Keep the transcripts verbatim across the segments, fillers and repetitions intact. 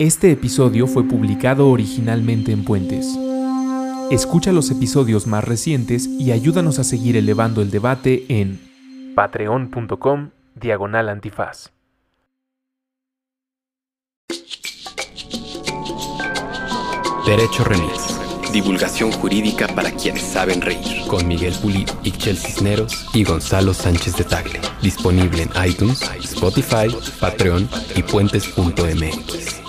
Este episodio fue publicado originalmente en Puentes. Escucha los episodios más recientes y ayúdanos a seguir elevando el debate en patreon.com diagonal antifaz. Derecho Remix. Divulgación jurídica para quienes saben reír. Con Miguel Pulido, Ixchel Cisneros y Gonzalo Sánchez de Tagle. Disponible en iTunes, Spotify, Patreon y puentes punto m x.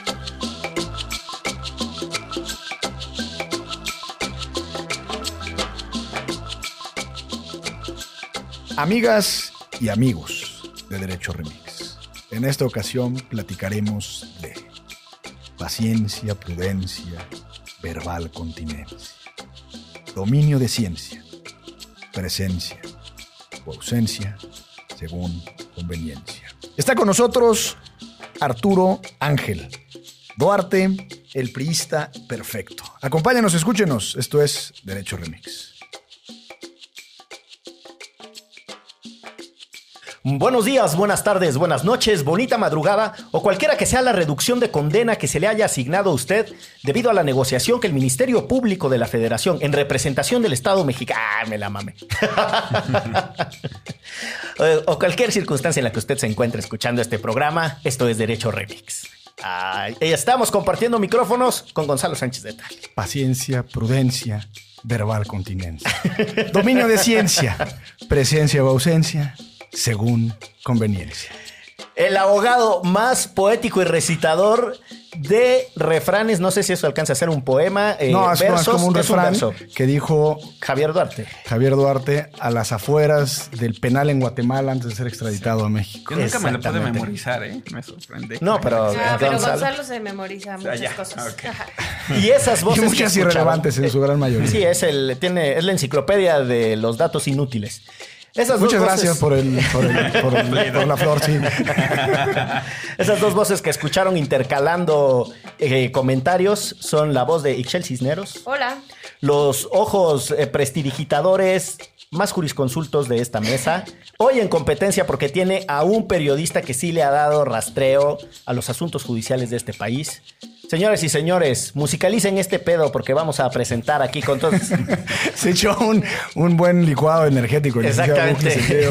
Amigas y amigos de Derecho Remix, en esta ocasión platicaremos de paciencia, prudencia, verbal continencia, dominio de ciencia, presencia o ausencia según conveniencia. Está con nosotros Arturo Ángel Duarte, el priista perfecto. Acompáñanos, escúchenos. Esto es Derecho Remix. Buenos días, buenas tardes, buenas noches, bonita madrugada o cualquiera que sea la reducción de condena que se le haya asignado a usted debido a la negociación que el Ministerio Público de la Federación, en representación del Estado mexicano... ¡Ah, me la mame! o cualquier circunstancia en la que usted se encuentre escuchando este programa, esto es Derecho Remix. Ay, estamos compartiendo micrófonos con Gonzalo Sánchez de Tagle. Paciencia, prudencia, verbal continencia, dominio de ciencia, presencia o ausencia según conveniencia. El abogado más poético y recitador de refranes, no sé si eso alcanza a ser un poema, eh, no, es, versos, no, es como un es refrán un que dijo Javier Duarte. Javier Duarte a las afueras del penal en Guatemala antes de ser extraditado sí. a México. Yo nunca me lo pude memorizar, ¿eh? Me sorprende. No, pero, ah, pero Gonzalo. Gonzalo se memoriza muchas ah, cosas. Okay. Y esas voces y muchas irrelevantes en su gran mayoría. Sí, es el tiene es la enciclopedia de los datos inútiles. Esas Muchas dos gracias voces... por, el, por, el, por, el, por la flor, sí. Esas dos voces que escucharon intercalando eh, comentarios son la voz de Ixchel Cisneros. Hola. Los ojos eh, prestidigitadores más jurisconsultos de esta mesa. Hoy en competencia porque tiene a un periodista que sí le ha dado rastreo a los asuntos judiciales de este país. Señores y señores, musicalicen este pedo porque vamos a presentar aquí con todos. Se echó un, un buen licuado energético. Exactamente.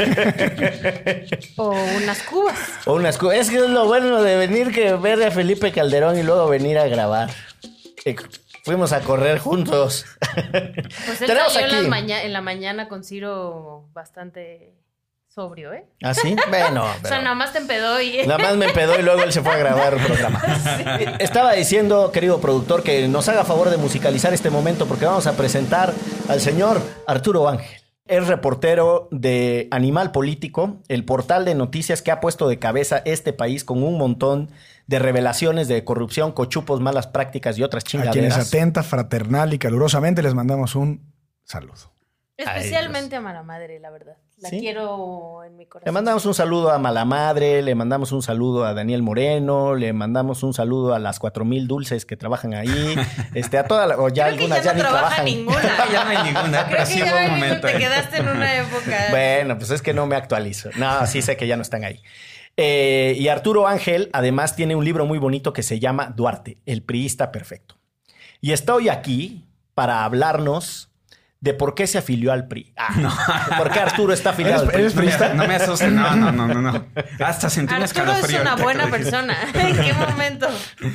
Oye. O unas cubas. O unas cubas. Es que es lo bueno de venir que ver a Felipe Calderón y luego venir a grabar. Eh, fuimos a correr juntos. Pues él Tenemos salió aquí... en, la maña- en la mañana con Ciro bastante... sobrio, ¿eh? ¿Ah, sí? Bueno, pero... O sea, nada más te empedó y... Nada más me empedó y luego él se fue a grabar el programa. Sí. Estaba diciendo, querido productor, que nos haga favor de musicalizar este momento porque vamos a presentar al señor Arturo Ángel. Es reportero de Animal Político, el portal de noticias que ha puesto de cabeza este país con un montón de revelaciones de corrupción, cochupos, malas prácticas y otras chingaderas. A quienes atenta, fraternal y calurosamente les mandamos un saludo. Especialmente a Mala Madre, la verdad. La ¿Sí? quiero en mi corazón. Le mandamos un saludo a Mala Madre, le mandamos un saludo a Daniel Moreno, le mandamos un saludo a las cuatro mil dulces que trabajan ahí, este, a todas, o ya Creo algunas que ya, ya no ni trabajan. Ninguna. Ya no hay ninguna, pero sí hubo un momento. Te quedaste en una época. Bueno, pues es que no me actualizo. No, sí sé que ya no están ahí. Eh, y Arturo Ángel, además, tiene un libro muy bonito que se llama Duarte, el priista perfecto. Y estoy aquí para hablarnos de por qué se afilió al P R I. Ah, no. ¿Por qué Arturo está afiliado al P R I? ¿Eres priista? No me asustes. No, no, no, no, no. Hasta sentí un escalofrío. Arturo es una buena persona. ¿En qué momento?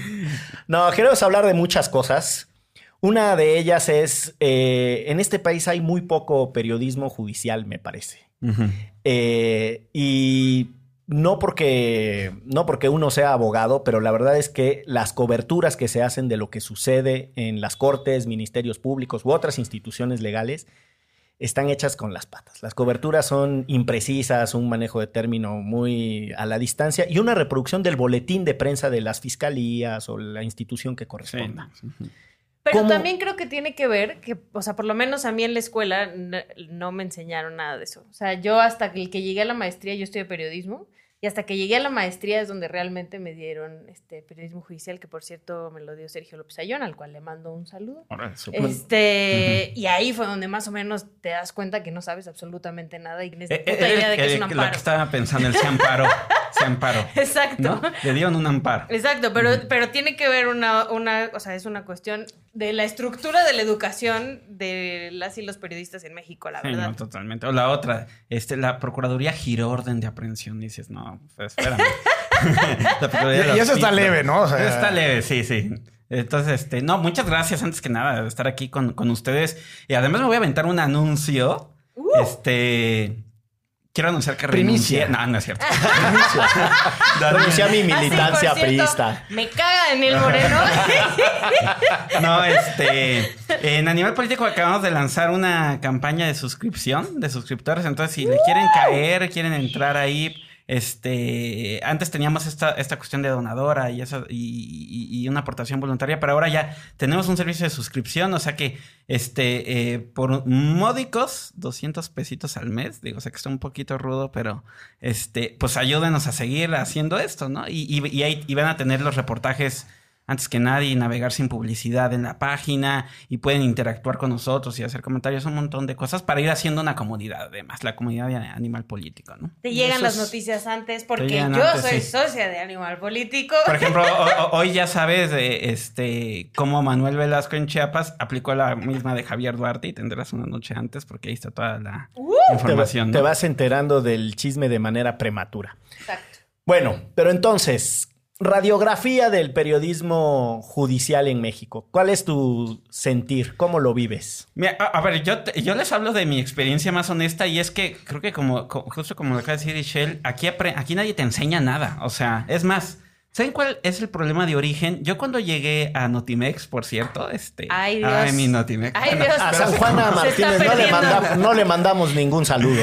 No, queremos hablar de muchas cosas. Una de ellas es, eh, en este país hay muy poco periodismo judicial, me parece. Uh-huh. Eh, y... No porque, no porque uno sea abogado, pero la verdad es que las coberturas que se hacen de lo que sucede en las cortes, ministerios públicos u otras instituciones legales están hechas con las patas. Las coberturas son imprecisas, un manejo de término muy a la distancia y una reproducción del boletín de prensa de las fiscalías o la institución que corresponda. Sí, sí. Pero ¿Cómo? También creo que tiene que ver que, o sea, por lo menos a mí en la escuela no, no me enseñaron nada de eso. O sea, yo hasta que, que llegué a la maestría, yo estudié periodismo, Y hasta que llegué a la maestría es donde realmente me dieron este periodismo judicial, que por cierto me lo dio Sergio López Ayón, al cual le mando un saludo. Ahora, super... Este, uh-huh. Y ahí fue donde más o menos te das cuenta que no sabes absolutamente nada y tienes eh, puta eh, idea de que eh, es un amparo. Lo que estaba pensando, el se amparó. Se amparó. Exacto. ¿No? Le dieron un amparo. Exacto, pero, uh-huh. pero tiene que ver una, una, o sea, es una cuestión de la estructura de la educación de las y los periodistas en México, la verdad. Sí, no, totalmente. O la otra, este, la Procuraduría giró orden de aprehensión. Y dices, no, pues espérame. y, y eso está leve, ¿no? O sea, eso está leve, sí, sí. Entonces, este, no, muchas gracias antes que nada de estar aquí con, con ustedes. Y además me voy a aventar un anuncio. Uh. Este... Quiero anunciar que renuncié. No, no es cierto. Renuncié a mi militancia ah, sí, priista. Me caga en el Moreno. No, este... En Animal Político acabamos de lanzar una campaña de suscripción, de suscriptores. Entonces, si uh. le quieren caer, quieren entrar ahí... Este, antes teníamos esta, esta cuestión de donadora y, eso, y, y, y una aportación voluntaria, pero ahora ya tenemos un servicio de suscripción, o sea que este, eh, por módicos doscientos pesitos al mes, digo, o sea que está un poquito rudo, pero este, pues ayúdenos a seguir haciendo esto, ¿no? Y, y, y, ahí, y van a tener los reportajes antes que nadie, navegar sin publicidad en la página y pueden interactuar con nosotros y hacer comentarios, un montón de cosas para ir haciendo una comunidad, además, la comunidad de Animal Político, ¿no? Te llegan las noticias antes porque yo antes, soy sí. socia de Animal Político. Por ejemplo, o, o, hoy ya sabes de este cómo Manuel Velasco en Chiapas aplicó la misma de Javier Duarte y tendrás una noche antes porque ahí está toda la uh, información. Te, ¿no? te vas enterando del chisme de manera prematura. Exacto. Bueno, pero entonces... Radiografía del periodismo judicial en México. ¿Cuál es tu sentir? ¿Cómo lo vives? Mira, a, a ver, yo, te, yo les hablo de mi experiencia más honesta y es que creo que como, como justo como lo acaba de decir Ishel, aquí, aquí nadie te enseña nada. O sea, es más, ¿saben cuál es el problema de origen? Yo cuando llegué a Notimex, por cierto, este... Ay, Dios. Ay, mi Notimex. Ay, Dios. A San Juana Martínez no le, manda, no le mandamos ningún saludo.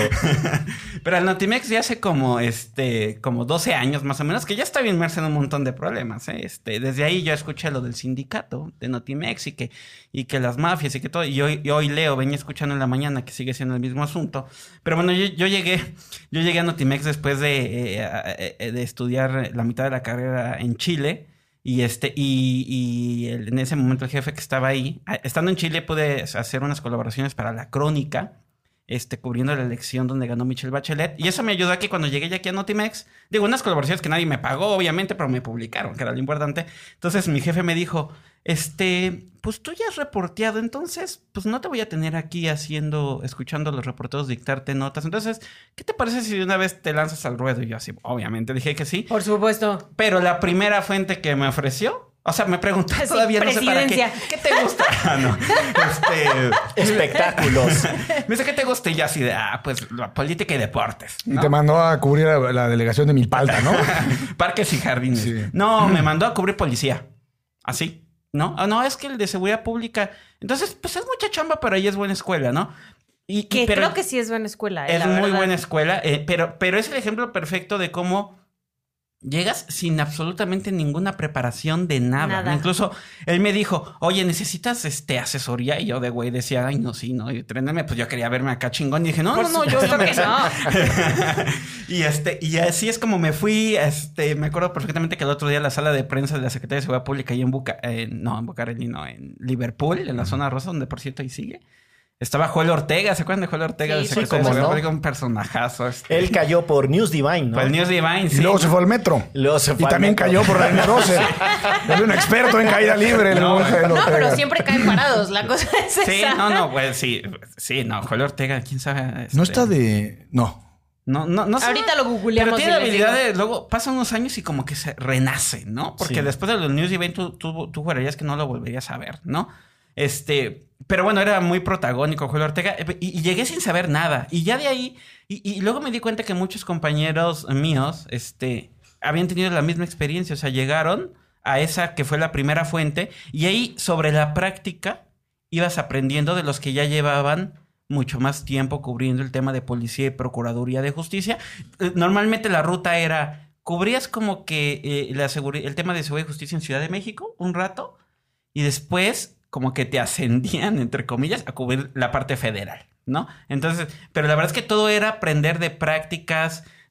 Pero al Notimex ya hace como, este, como doce años más o menos, que ya estaba inmerso en un montón de problemas, ¿eh? Este, desde ahí yo escuché lo del sindicato de Notimex y que, y que las mafias y que todo. Y hoy, y hoy leo, venía escuchando en la mañana que sigue siendo el mismo asunto. Pero bueno, yo, yo llegué, yo llegué a Notimex después de, eh, de estudiar la mitad de la carrera en Chile. Y este, y, y el, en ese momento el jefe que estaba ahí, estando en Chile, pude hacer unas colaboraciones para La Crónica. Este, cubriendo la elección donde ganó Michelle Bachelet. Y eso me ayudó a que cuando llegué ya aquí a Notimex, digo, unas colaboraciones que nadie me pagó, obviamente, pero me publicaron, que era lo importante. Entonces mi jefe me dijo, este, pues tú ya has reporteado, entonces, pues no te voy a tener aquí haciendo, escuchando a los reporteros dictarte notas. Entonces, ¿qué te parece si de una vez te lanzas al ruedo? Y yo así, obviamente, dije que sí. Por supuesto. Pero la primera fuente que me ofreció, o sea, me preguntó sí, todavía, no sé para qué. ¿Qué te gusta? Ah, no. Este... Espectáculos. Me dice, ¿qué te gusta? Y yo así de, ah, pues, la política y deportes, ¿no? Y te mandó a cubrir la, la delegación de Milpalta, ¿no? Parques y jardines. Sí. No, me mandó a cubrir policía. Así, ¿no? Ah, no, es que el de seguridad pública... Entonces, pues es mucha chamba, pero ahí es buena escuela, ¿no? Y, que y, pero creo que sí es buena escuela. Eh, es muy verdad. buena escuela, eh, pero, pero es el ejemplo perfecto de cómo... Llegas sin absolutamente ninguna preparación de nada. nada. Incluso él me dijo, oye, ¿necesitas este asesoría? Y yo de güey decía, ay, no, sí, no. Y tréneme, pues yo quería verme acá chingón. Y dije, no, no, no, yo creo que no. y este, y así es como me fui. Este, me acuerdo perfectamente que el otro día la sala de prensa de la Secretaría de Seguridad Pública ahí en Buca, eh, no, en Bucareli, no, en Liverpool, en la zona rosa, donde por cierto ahí sigue. Estaba Joel Ortega, ¿se acuerdan de Joel Ortega? Sí, de Secretario de Seguridad Pública, un personajazo. Este. Él cayó por News Divine, ¿no? Por el News Divine, sí. Y luego se fue al metro. Luego se fue y también metro. Cayó por la línea doce. Es un experto en caída libre. No, no, no pero siempre caen parados. La cosa es esa. Sí, no, no, pues sí. Sí, no, Joel Ortega, quién sabe. Este... No está de... No. No, no, no sé. Ahorita lo googleamos. Pero tiene la habilidad de... Luego pasan unos años y como que se renace, ¿no? Porque sí. después de los News Divine tú, tú, tú jurarías que no lo volverías a ver, ¿no? Este... Pero bueno, era muy protagónico Joel Ortega y, y llegué sin saber nada. Y ya de ahí... Y, y luego me di cuenta que muchos compañeros míos este, habían tenido la misma experiencia. O sea, llegaron a esa que fue la primera fuente y ahí sobre la práctica ibas aprendiendo de los que ya llevaban mucho más tiempo cubriendo el tema de policía y procuraduría de justicia. Normalmente la ruta era... Cubrías como que eh, la seguri- el tema de seguridad y justicia en Ciudad de México un rato y después... como que te ascendían, entre comillas, a cubrir la parte federal, ¿no? Entonces, pero la verdad es que todo era aprender de prácticas,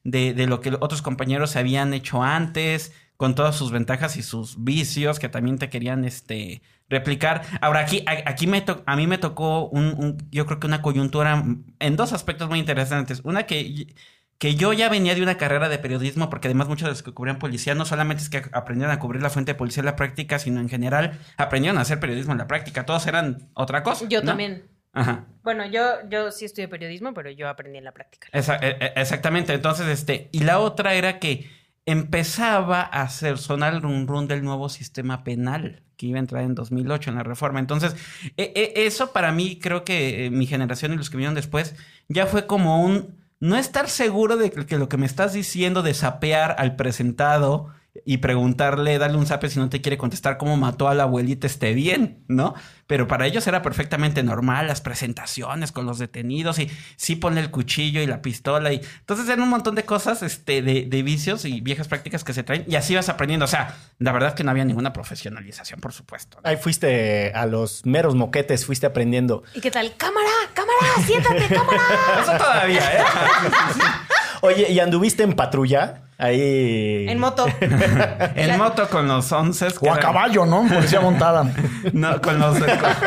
de, de lo que otros compañeros habían hecho antes, con todas sus ventajas y sus vicios que también te querían este, replicar. Ahora, aquí, a, aquí me to- a mí me tocó, un, un, yo creo que una coyuntura en dos aspectos muy interesantes. Una que... que yo ya venía de una carrera de periodismo, porque además muchos de los que cubrían policía no solamente es que aprendieron a cubrir la fuente de policía en la práctica, sino en general aprendieron a hacer periodismo en la práctica. Todos eran otra cosa. Yo ¿no? también. Ajá. Bueno, yo, yo sí estudié periodismo, pero yo aprendí en la práctica. Esa, eh, exactamente. Entonces, este, y la otra era que empezaba a hacer sonar el run run del nuevo sistema penal que iba a entrar en dos mil ocho en la reforma. Entonces, eh, eh, eso para mí, creo que eh, mi generación y los que vinieron después, ya fue como un no estar seguro de que lo que me estás diciendo de sapear al presentado y preguntarle, darle un zape si no te quiere contestar cómo mató a la abuelita esté bien, ¿no? Pero para ellos era perfectamente normal las presentaciones con los detenidos y sí ponle el cuchillo y la pistola y... Entonces eran un montón de cosas, este, de, de vicios y viejas prácticas que se traen y así vas aprendiendo. O sea, la verdad es que no había ninguna profesionalización, por supuesto, ¿no? Ahí fuiste a los meros moquetes, fuiste aprendiendo. ¿Y qué tal? ¡Cámara! ¡Cámara! ¡Siéntate! ¡Cámara! Eso todavía, ¿eh? Oye, ¿y anduviste en patrulla? Ahí... En moto. En La- moto con los once. O a caballo, ¿no? Policía montada. No, con los... Si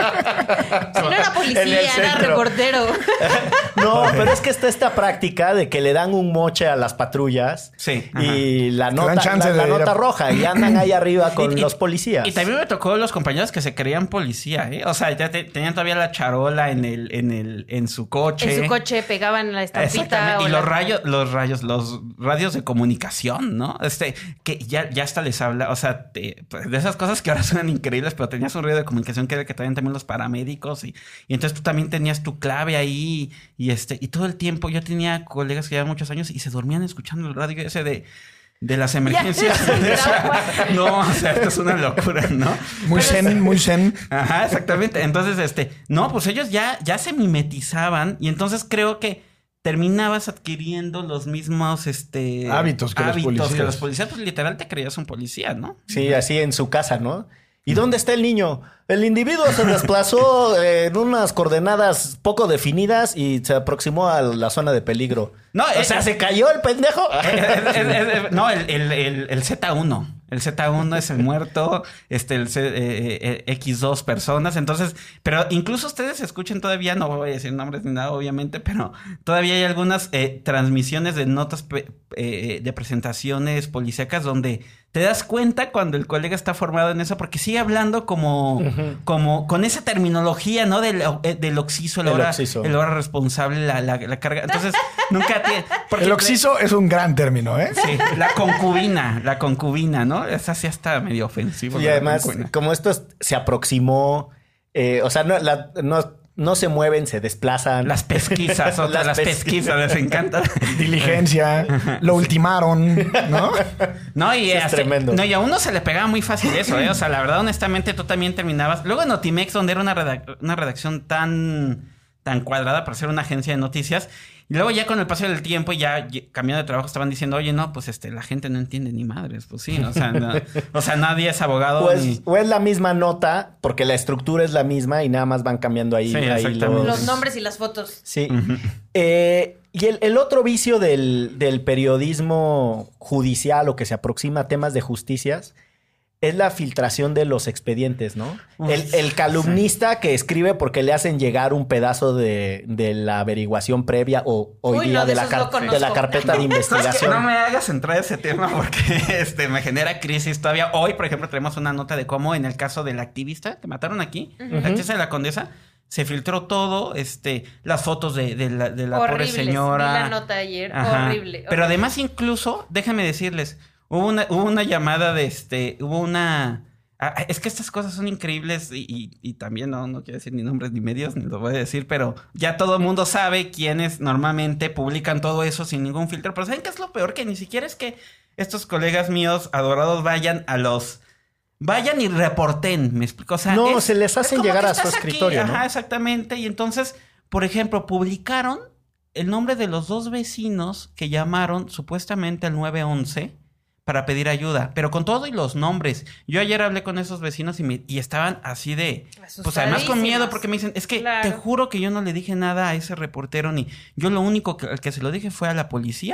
no era En el policía, era centro. reportero. No, pero es que está esta práctica de que le dan un moche a las patrullas Sí, y la dan nota, chance la, la de ir a- nota roja y andan ahí arriba con Y- y- los policías. Y también me tocó los compañeros que se creían policía, ¿eh? O sea, ya te- tenían todavía la charola en el, en el, en su coche. En su coche pegaban la estampita. Exactamente. o Y la- los rayos, los rayos, los radios de comunicación, ¿no? Este, que ya, ya hasta les habla, o sea, te- pues, de esas cosas que ahora suenan increíbles, pero tenías un radio de comunicación que era el que traían también los paramédicos y, y entonces tú también tenías tu clave ahí y este, y todo el tiempo yo tenía colegas que llevaban muchos años y se dormían escuchando el radio ese de de las emergencias. Ya, O sea, no, o sea, esto es una locura, ¿no? Muy zen, muy zen. Ajá, exactamente. Entonces, este, no, pues ellos ya, ya se mimetizaban y entonces creo que terminabas adquiriendo los mismos, este... Hábitos que los hábitos policías. que los policías. Pues literal te creías un policía, ¿no? Sí, así en su casa, ¿no? ¿Y dónde está el niño? El individuo se desplazó en unas coordenadas poco definidas y se aproximó a la zona de peligro. No, o es- sea, ¿se cayó el pendejo? Es- es- es- es- no, el, el, el, el Z uno. El Z uno es el muerto, este, el C- eh, eh, equis dos personas. Entonces, pero incluso ustedes escuchen todavía, no voy a decir nombres ni nada, obviamente, pero todavía hay algunas eh, transmisiones de notas pe- eh, de presentaciones policíacas donde te das cuenta cuando el colega está formado en eso, porque sigue hablando como, como con esa terminología, ¿no? Del, eh, del oxiso, el El hora, oxiso. el hora responsable, la, la, la carga. Entonces, nunca tiene... porque- El oxiso es un gran término, ¿eh? Sí, la concubina, la concubina, ¿no? Esa sí está medio ofensivo. Y la además, concubina. como esto es- se aproximó, eh, o sea, no, la- no, no se mueven, se desplazan. Las pesquisas, otras, las, Las pesquisas, les encanta. Diligencia, lo ultimaron, ¿no? No, y, Eso es hasta- tremendo. no, y a uno se le pegaba muy fácil eso, ¿eh? O sea, la verdad, honestamente, tú también terminabas. Luego en Notimex, donde era una, redac- una redacción tan, tan cuadrada para ser una agencia de noticias. Y luego ya con el paso del tiempo, ya y- cambiando de trabajo, estaban diciendo, oye, no, pues este, la gente no entiende ni madres. Pues sí, o sea, no- o sea nadie es abogado. Pues, ni... o es la misma nota, porque la estructura es la misma y nada más van cambiando ahí, Sí, ahí exactamente. Los nombres y las fotos. Sí. Eh, y el, el otro vicio del, del periodismo judicial o que se aproxima a temas de justicias es la filtración de los expedientes, ¿no? Uf, el, el calumnista que escribe porque le hacen llegar un pedazo de, de la averiguación previa o hoy Uy, día no, de de, la esos car- lo conozco. de la carpeta de Es que investigación. no me hagas entrar a ese tema porque este, me genera crisis todavía. Hoy, por ejemplo, tenemos una nota de cómo en el caso del activista que mataron aquí, la activista de la Condesa, se filtró todo, este, las fotos de, de la, de la pobre Horribles. señora. Vi la nota ayer. Ajá. Horrible. Pero horrible. además, incluso, déjenme decirles, hubo una, hubo una llamada de este, hubo una... ah, es que estas cosas son increíbles y, y, y también no, no quiero decir ni nombres ni medios, ni lo voy a decir, pero ya todo el mundo sabe quiénes normalmente publican todo eso sin ningún filtro. Pero ¿saben qué es lo peor? Que ni siquiera es que estos colegas míos adorados vayan a los... Vayan y reporten, me explico. O sea, No, es- se les es hacen como llegar que a su estás aquí, escritorio, ¿no? Ajá, exactamente. Y entonces, por ejemplo, publicaron el nombre de los dos vecinos que llamaron supuestamente al nueve once para pedir ayuda, pero con todo y los nombres. Yo ayer hablé con esos vecinos y, me, y estaban así de... Pues además con miedo porque me dicen, es que Claro. te juro que yo no le dije nada a ese reportero ni... Yo lo único que, al que se lo dije fue a la policía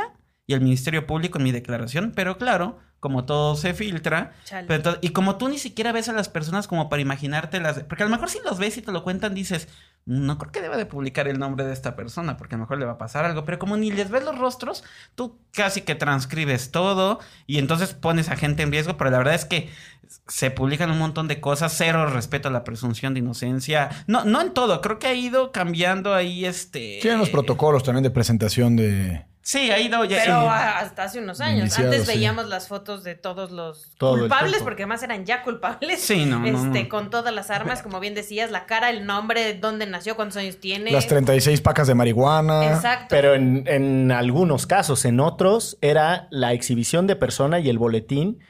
y el Ministerio Público en mi declaración, pero claro, como todo se filtra, pero to- y como tú ni siquiera ves a las personas como para imaginártelas, porque a lo mejor si los ves y te lo cuentan dices, no creo que deba de publicar el nombre de esta persona, porque a lo mejor le va a pasar algo, pero como ni les ves los rostros, tú casi que transcribes todo y entonces pones a gente en riesgo, pero la verdad es que se publican un montón de cosas, cero respeto a la presunción de inocencia, no, no en todo, creo que ha ido cambiando ahí este... Tienen los protocolos también de presentación de... Sí, ha ido ya... Pero sí. hasta hace unos años. Iniciado, Antes sí. veíamos las fotos de todos los Todo el culpables, tiempo. porque además eran ya culpables. Sí, no, no, este, no. Con todas las armas, como bien decías, la cara, el nombre, dónde nació, cuántos años tiene. Las treinta y seis pacas de marihuana. Exacto. Pero en, en algunos casos, en otros, era la exhibición de persona y el boletín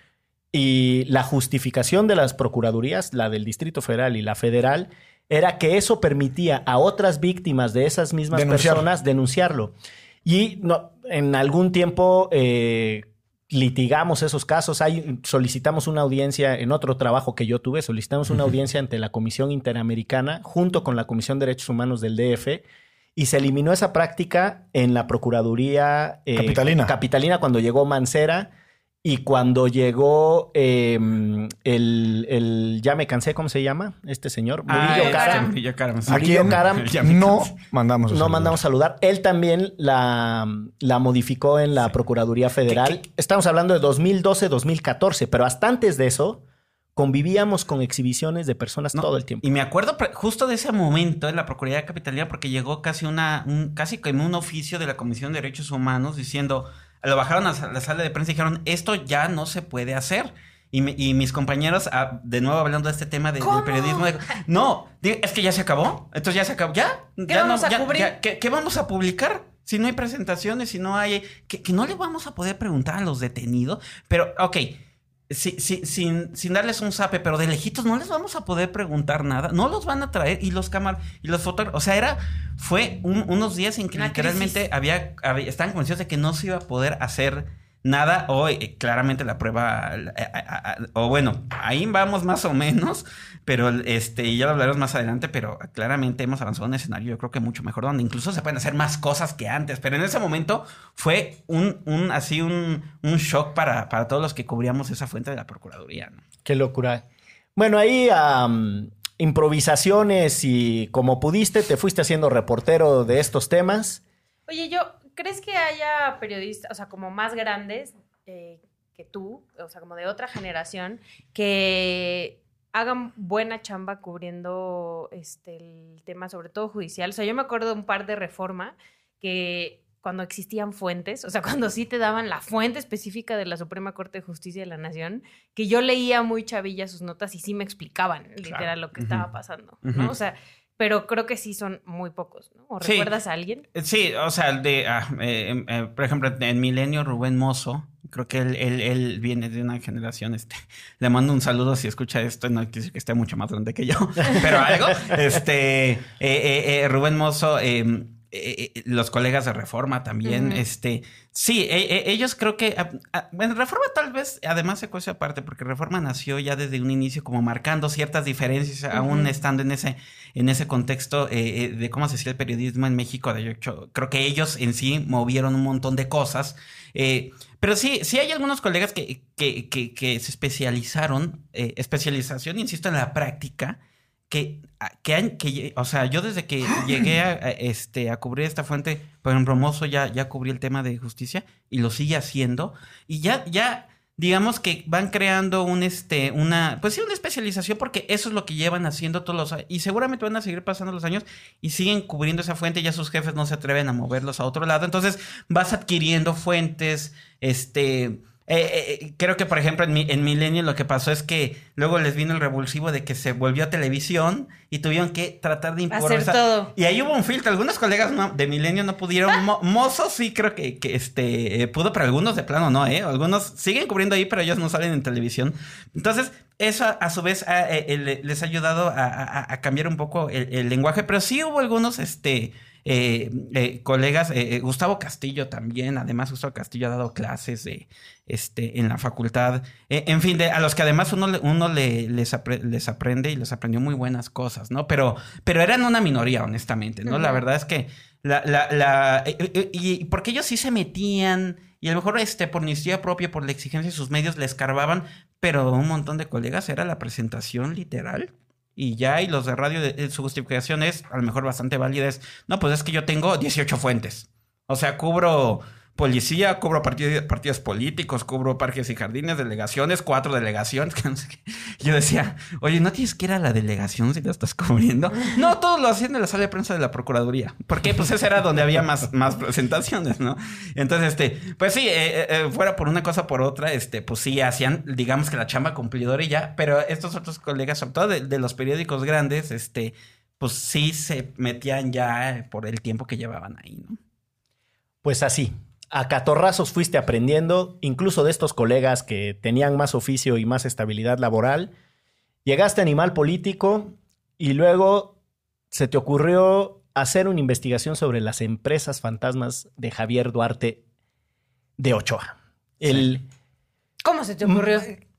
y la justificación de las procuradurías, la del Distrito Federal y la federal, era que eso permitía a otras víctimas de esas mismas Denunciar. personas denunciarlo. Y no, en algún tiempo eh, litigamos esos casos. Hay, solicitamos una audiencia en otro trabajo que yo tuve, solicitamos una audiencia ante la Comisión Interamericana junto con la Comisión de Derechos Humanos del D F y se eliminó esa práctica en la Procuraduría eh, Capitalina. Capitalina cuando llegó Mancera y cuando llegó eh, el, el... Ya me cansé, ¿cómo se llama? Este señor. Ah, Murillo este, Karam. Murillo Karam, sí. ¿A Murillo quién Karam. Ya me no cansé. mandamos a No saludar? mandamos saludar. Él también la, la modificó en la Procuraduría Federal. Estamos hablando de dos mil doce, dos mil catorce, pero hasta antes de eso convivíamos con exhibiciones de personas No, todo el tiempo. Y me acuerdo pre- justo de ese momento en la Procuraduría Capitalina porque llegó casi una un, casi como un oficio de la Comisión de Derechos Humanos diciendo, lo bajaron a la sala de prensa y dijeron, esto ya no se puede hacer. Y, me, y mis compañeros, ah, de nuevo hablando de este tema de, del periodismo, de, no, digo, es que ya se acabó, entonces ya se acabó, ya, ¿Qué ya vamos no, a ya, cubrir? ya, ¿qué, qué vamos a publicar? Si no hay presentaciones, si no hay, que, que no le vamos a poder preguntar a los detenidos, pero, ok, si, si, sin, sin darles un zape, pero de lejitos no les vamos a poder preguntar nada, no los van a traer y los cámaras y los fotógrafos, o sea, era, fue un, unos días en que Una literalmente crisis. había, había, estaban convencidos de que no se iba a poder hacer nada, o eh, claramente la prueba, eh, eh, eh, o bueno, ahí vamos más o menos, pero este, ya lo hablaremos más adelante, pero claramente hemos avanzado en un escenario, yo creo que mucho mejor, donde incluso se pueden hacer más cosas que antes, pero en ese momento fue un, un así un, un shock para, para todos los que cubríamos esa fuente de la Procuraduría, ¿no? Qué locura. Bueno, ahí um, improvisaciones y como pudiste, te fuiste haciendo reportero de estos temas. Oye, yo, ¿crees que haya periodistas, o sea, como más grandes eh, que tú, o sea, como de otra generación, que hagan buena chamba cubriendo este, el tema, sobre todo judicial? O sea, yo me acuerdo de un par de Reforma que cuando existían fuentes, o sea, cuando sí te daban la fuente específica de la Suprema Corte de Justicia de la Nación, que yo leía muy chavilla sus notas y sí me explicaban literal lo que Ujú. estaba pasando, ¿no? Ujú. O sea, pero creo que sí son muy pocos, ¿no? ¿O Sí. recuerdas a alguien? Sí, o sea, el de, ah, eh, eh, por ejemplo, en Milenio, Rubén Mozo, creo que él, él, él viene de una generación, este, le mando un saludo si escucha esto, no quiere decir que esté mucho más grande que yo, pero algo, este, eh, eh, eh, Rubén Mozo, eh, eh, eh, los colegas de Reforma también, Ujú. este, sí, eh, eh, ellos creo que, ah, ah, bueno, Reforma tal vez, además se cuece aparte, porque Reforma nació ya desde un inicio como marcando ciertas diferencias, Ujú. aún estando en ese, en ese contexto eh, eh, de cómo se hacía el periodismo en México. De hecho, creo que ellos en sí movieron un montón de cosas, eh, pero sí, sí hay algunos colegas que, que, que, que se especializaron, eh, especialización, insisto, en la práctica, que, que, han, que, o sea, yo desde que llegué a, a, este, a cubrir esta fuente, por ejemplo, Mozo ya, ya cubrí el tema de justicia y lo sigue haciendo, y ya, ya, digamos que van creando un, este, una, pues sí, una especialización, porque eso es lo que llevan haciendo todos los años, y seguramente van a seguir pasando los años y siguen cubriendo esa fuente, y ya sus jefes no se atreven a moverlos a otro lado, entonces vas adquiriendo fuentes, este... Eh, eh, creo que, por ejemplo, en, mi, en Milenio lo que pasó es que luego les vino el revulsivo de que se volvió a televisión y tuvieron que tratar de imponer. Hacer todo. Y ahí hubo un filtro. Algunos colegas no, de Milenio no pudieron. Mo, Mozo sí creo que, que este, eh, pudo, pero algunos de plano no, ¿eh? Algunos siguen cubriendo ahí, pero ellos no salen en televisión. Entonces, eso a, a su vez a, eh, eh, les ha ayudado a, a, a cambiar un poco el, el lenguaje. Pero sí hubo algunos... este Eh, eh, colegas, eh, eh, Gustavo Castillo también, además Gustavo Castillo ha dado clases de, este, en la facultad, eh, en fin, de, a los que además uno, uno le, les, apre, les aprende y les aprendió muy buenas cosas, ¿no? Pero, pero eran una minoría, honestamente, ¿no? Uh-huh. La verdad es que la, la, la, eh, eh, y porque ellos sí se metían y a lo mejor este, por iniciativa propia, por la exigencia de sus medios, le escarbaban, pero un montón de colegas era la presentación literal. Y ya, y los de radio, de, su justificación es, a lo mejor bastante válida, es, no, pues es que yo tengo dieciocho fuentes. O sea, cubro policía, cubro partidos, partidos políticos, cubro parques y jardines, delegaciones, cuatro delegaciones. Que no sé qué. Yo decía, oye, ¿no tienes que ir a la delegación si la estás cubriendo? No, todos lo hacían en la sala de prensa de la Procuraduría. Porque pues esa era donde había más, más presentaciones, ¿no? Entonces, este, pues sí, eh, eh, fuera por una cosa o por otra, este, pues sí, hacían, digamos que la chamba cumplidora y ya. Pero estos otros colegas, sobre todo de, de los periódicos grandes, este, pues sí se metían ya por el tiempo que llevaban ahí, ¿no? Pues así. A catorrazos fuiste aprendiendo, incluso de estos colegas que tenían más oficio y más estabilidad laboral. Llegaste a Animal Político y luego se te ocurrió hacer una investigación sobre las empresas fantasmas de Javier Duarte de Ochoa. El... ¿Cómo se te ocurrió?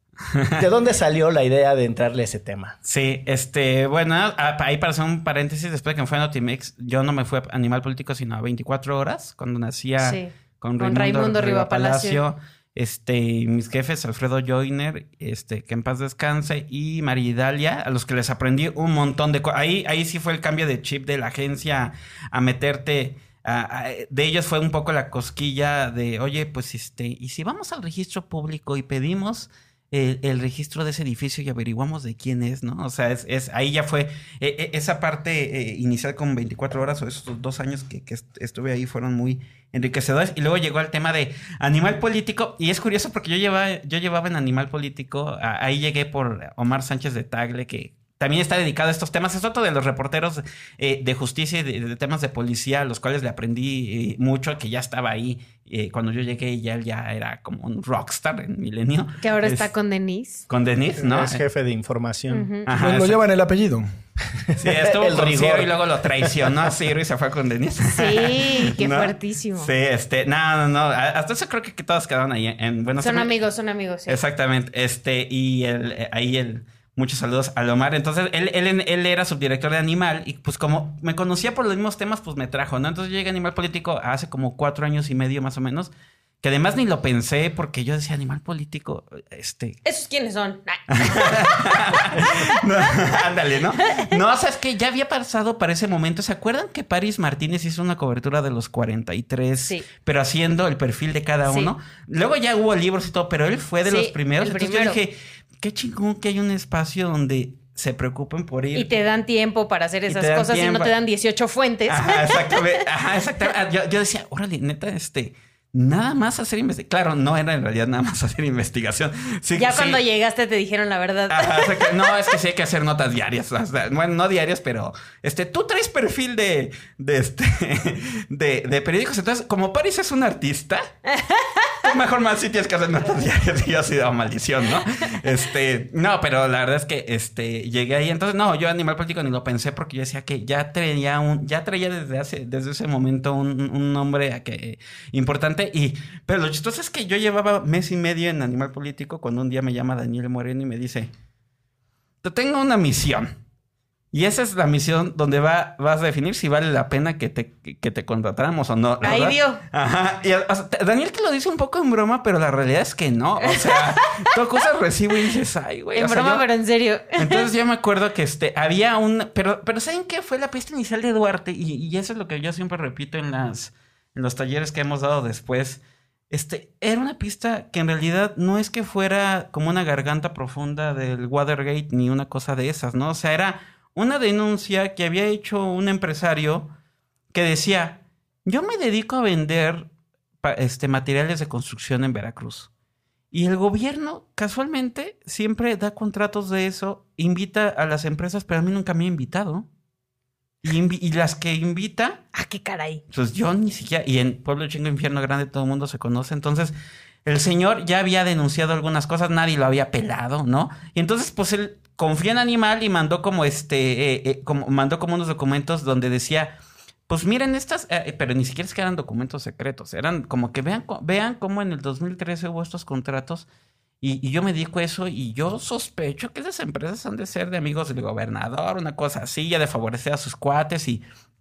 ¿De dónde salió la idea de entrarle a ese tema? Sí, este, bueno, ahí para hacer un paréntesis, después de que me fui a Notimex, yo no me fui a Animal Político sino a veinticuatro horas, cuando nacía... Sí. Con, con Raimundo, Raimundo Riva Palacio. Este, mis jefes, Alfredo Joyner, este, que en paz descanse, y María Dalia, a los que les aprendí un montón de cosas. Ahí, ahí sí fue el cambio de chip de la agencia a meterte. A, a, de ellos fue un poco la cosquilla de, oye, pues este, y si vamos al registro público y pedimos el, el registro de ese edificio y averiguamos de quién es, ¿no? O sea, es, es ahí ya fue eh, esa parte eh, inicial con veinticuatro horas o esos dos años que, que estuve ahí fueron muy enriquecedores. Y luego llegó el tema de Animal Político. Y es curioso porque yo llevaba, yo llevaba en Animal Político, a, ahí llegué por Omar Sánchez de Tagle, que también está dedicado a estos temas. Es otro de los reporteros eh, de justicia y de, de temas de policía, a los cuales le aprendí eh, mucho, que ya estaba ahí. Eh, cuando yo llegué, ya él ya era como un rockstar en Milenio. Que ahora es, está con Denise. Con Denise, ¿no? Es jefe de información. Uh-huh. Ajá, lo, lo llevan el apellido. Sí, estuvo el con rigor. Ciro y luego lo traicionó a Ciro y se fue con Denise. Sí, qué ¿no? fuertísimo. Sí, este, no, no, no. Hasta eso creo que, que todos quedaron ahí en buenos Son temas. amigos, son amigos, sí. Exactamente. Este, y el, ahí el. Muchos saludos a Omar. Entonces, él, él, él era subdirector de Animal y pues como me conocía por los mismos temas, pues me trajo, ¿no? Entonces yo llegué a Animal Político hace como cuatro años y medio más o menos, que además ni lo pensé porque yo decía Animal Político, este... ¿Esos quiénes son? No, ándale, ¿no? No, o sea, es que ya había pasado para ese momento. ¿Se acuerdan que Paris Martínez hizo una cobertura de los cuarenta y tres? Sí. Pero haciendo el perfil de cada uno. Sí. Luego ya hubo libros y todo, pero él fue de sí, los primeros. Entonces primero. Yo dije... Qué chingón que hay un espacio donde se preocupen por ir. Y te dan tiempo para hacer esas cosas tiempo. Y no te dan dieciocho fuentes. Ajá, exactamente. Ajá, exactamente. Yo, yo decía, órale, neta, este... Nada más hacer investigación. Claro, no era en realidad nada más hacer investigación. Sí, ya sí. Cuando llegaste te dijeron la verdad. Ajá, o sea que, no, es que sí hay que hacer notas diarias. O sea, bueno, no diarias, pero este, tú traes perfil de, de este, de, de periódicos. Entonces, como Paris es un artista, tú mejor más sí tienes que hacer notas diarias. Y yo así, oh, maldición, ¿no? Este, no, pero la verdad es que este, llegué ahí. Entonces, no, yo Animal Político ni lo pensé porque yo decía que ya traía un, ya traía desde hace, desde ese momento un, un nombre que, importante. Y, pero lo chistoso es que yo llevaba mes y medio en Animal Político cuando un día me llama Daniel Moreno y me dice, te tengo una misión. Y esa es la misión donde va, vas a definir si vale la pena que te, que te contratáramos o no. Ahí dio. Ajá. Y, o sea, Daniel te lo dice un poco en broma, pero la realidad es que no. O sea, todas cosas recibo y dices, ay, güey. En o sea, broma, yo... pero en serio. Entonces yo me acuerdo que este, había un... Pero, pero ¿saben qué? Fue la pista inicial de Duarte. Y, y eso es lo que yo siempre repito en las... en los talleres que hemos dado después, este, era una pista que en realidad no es que fuera como una garganta profunda del Watergate ni una cosa de esas, ¿no? O sea, era una denuncia que había hecho un empresario que decía, yo me dedico a vender este, materiales de construcción en Veracruz. Y el gobierno, casualmente, siempre da contratos de eso, invita a las empresas, pero a mí nunca me ha invitado. Y, invi- y las que invita... Ah, qué caray. Pues yo ni siquiera... Y en Pueblo Chingo Infierno Grande todo el mundo se conoce. Entonces, el señor ya había denunciado algunas cosas. Nadie lo había pelado, ¿no? Y entonces, pues, él confía en Animal y mandó como este... Eh, eh, como, mandó como unos documentos donde decía... Pues miren estas... Eh, pero ni siquiera es que eran documentos secretos. Eran como que vean, vean cómo en el dos mil trece hubo estos contratos... Y, y yo me dedico a eso y yo sospecho que esas empresas han de ser de amigos del gobernador, una cosa así, ya de favorecer a sus cuates y...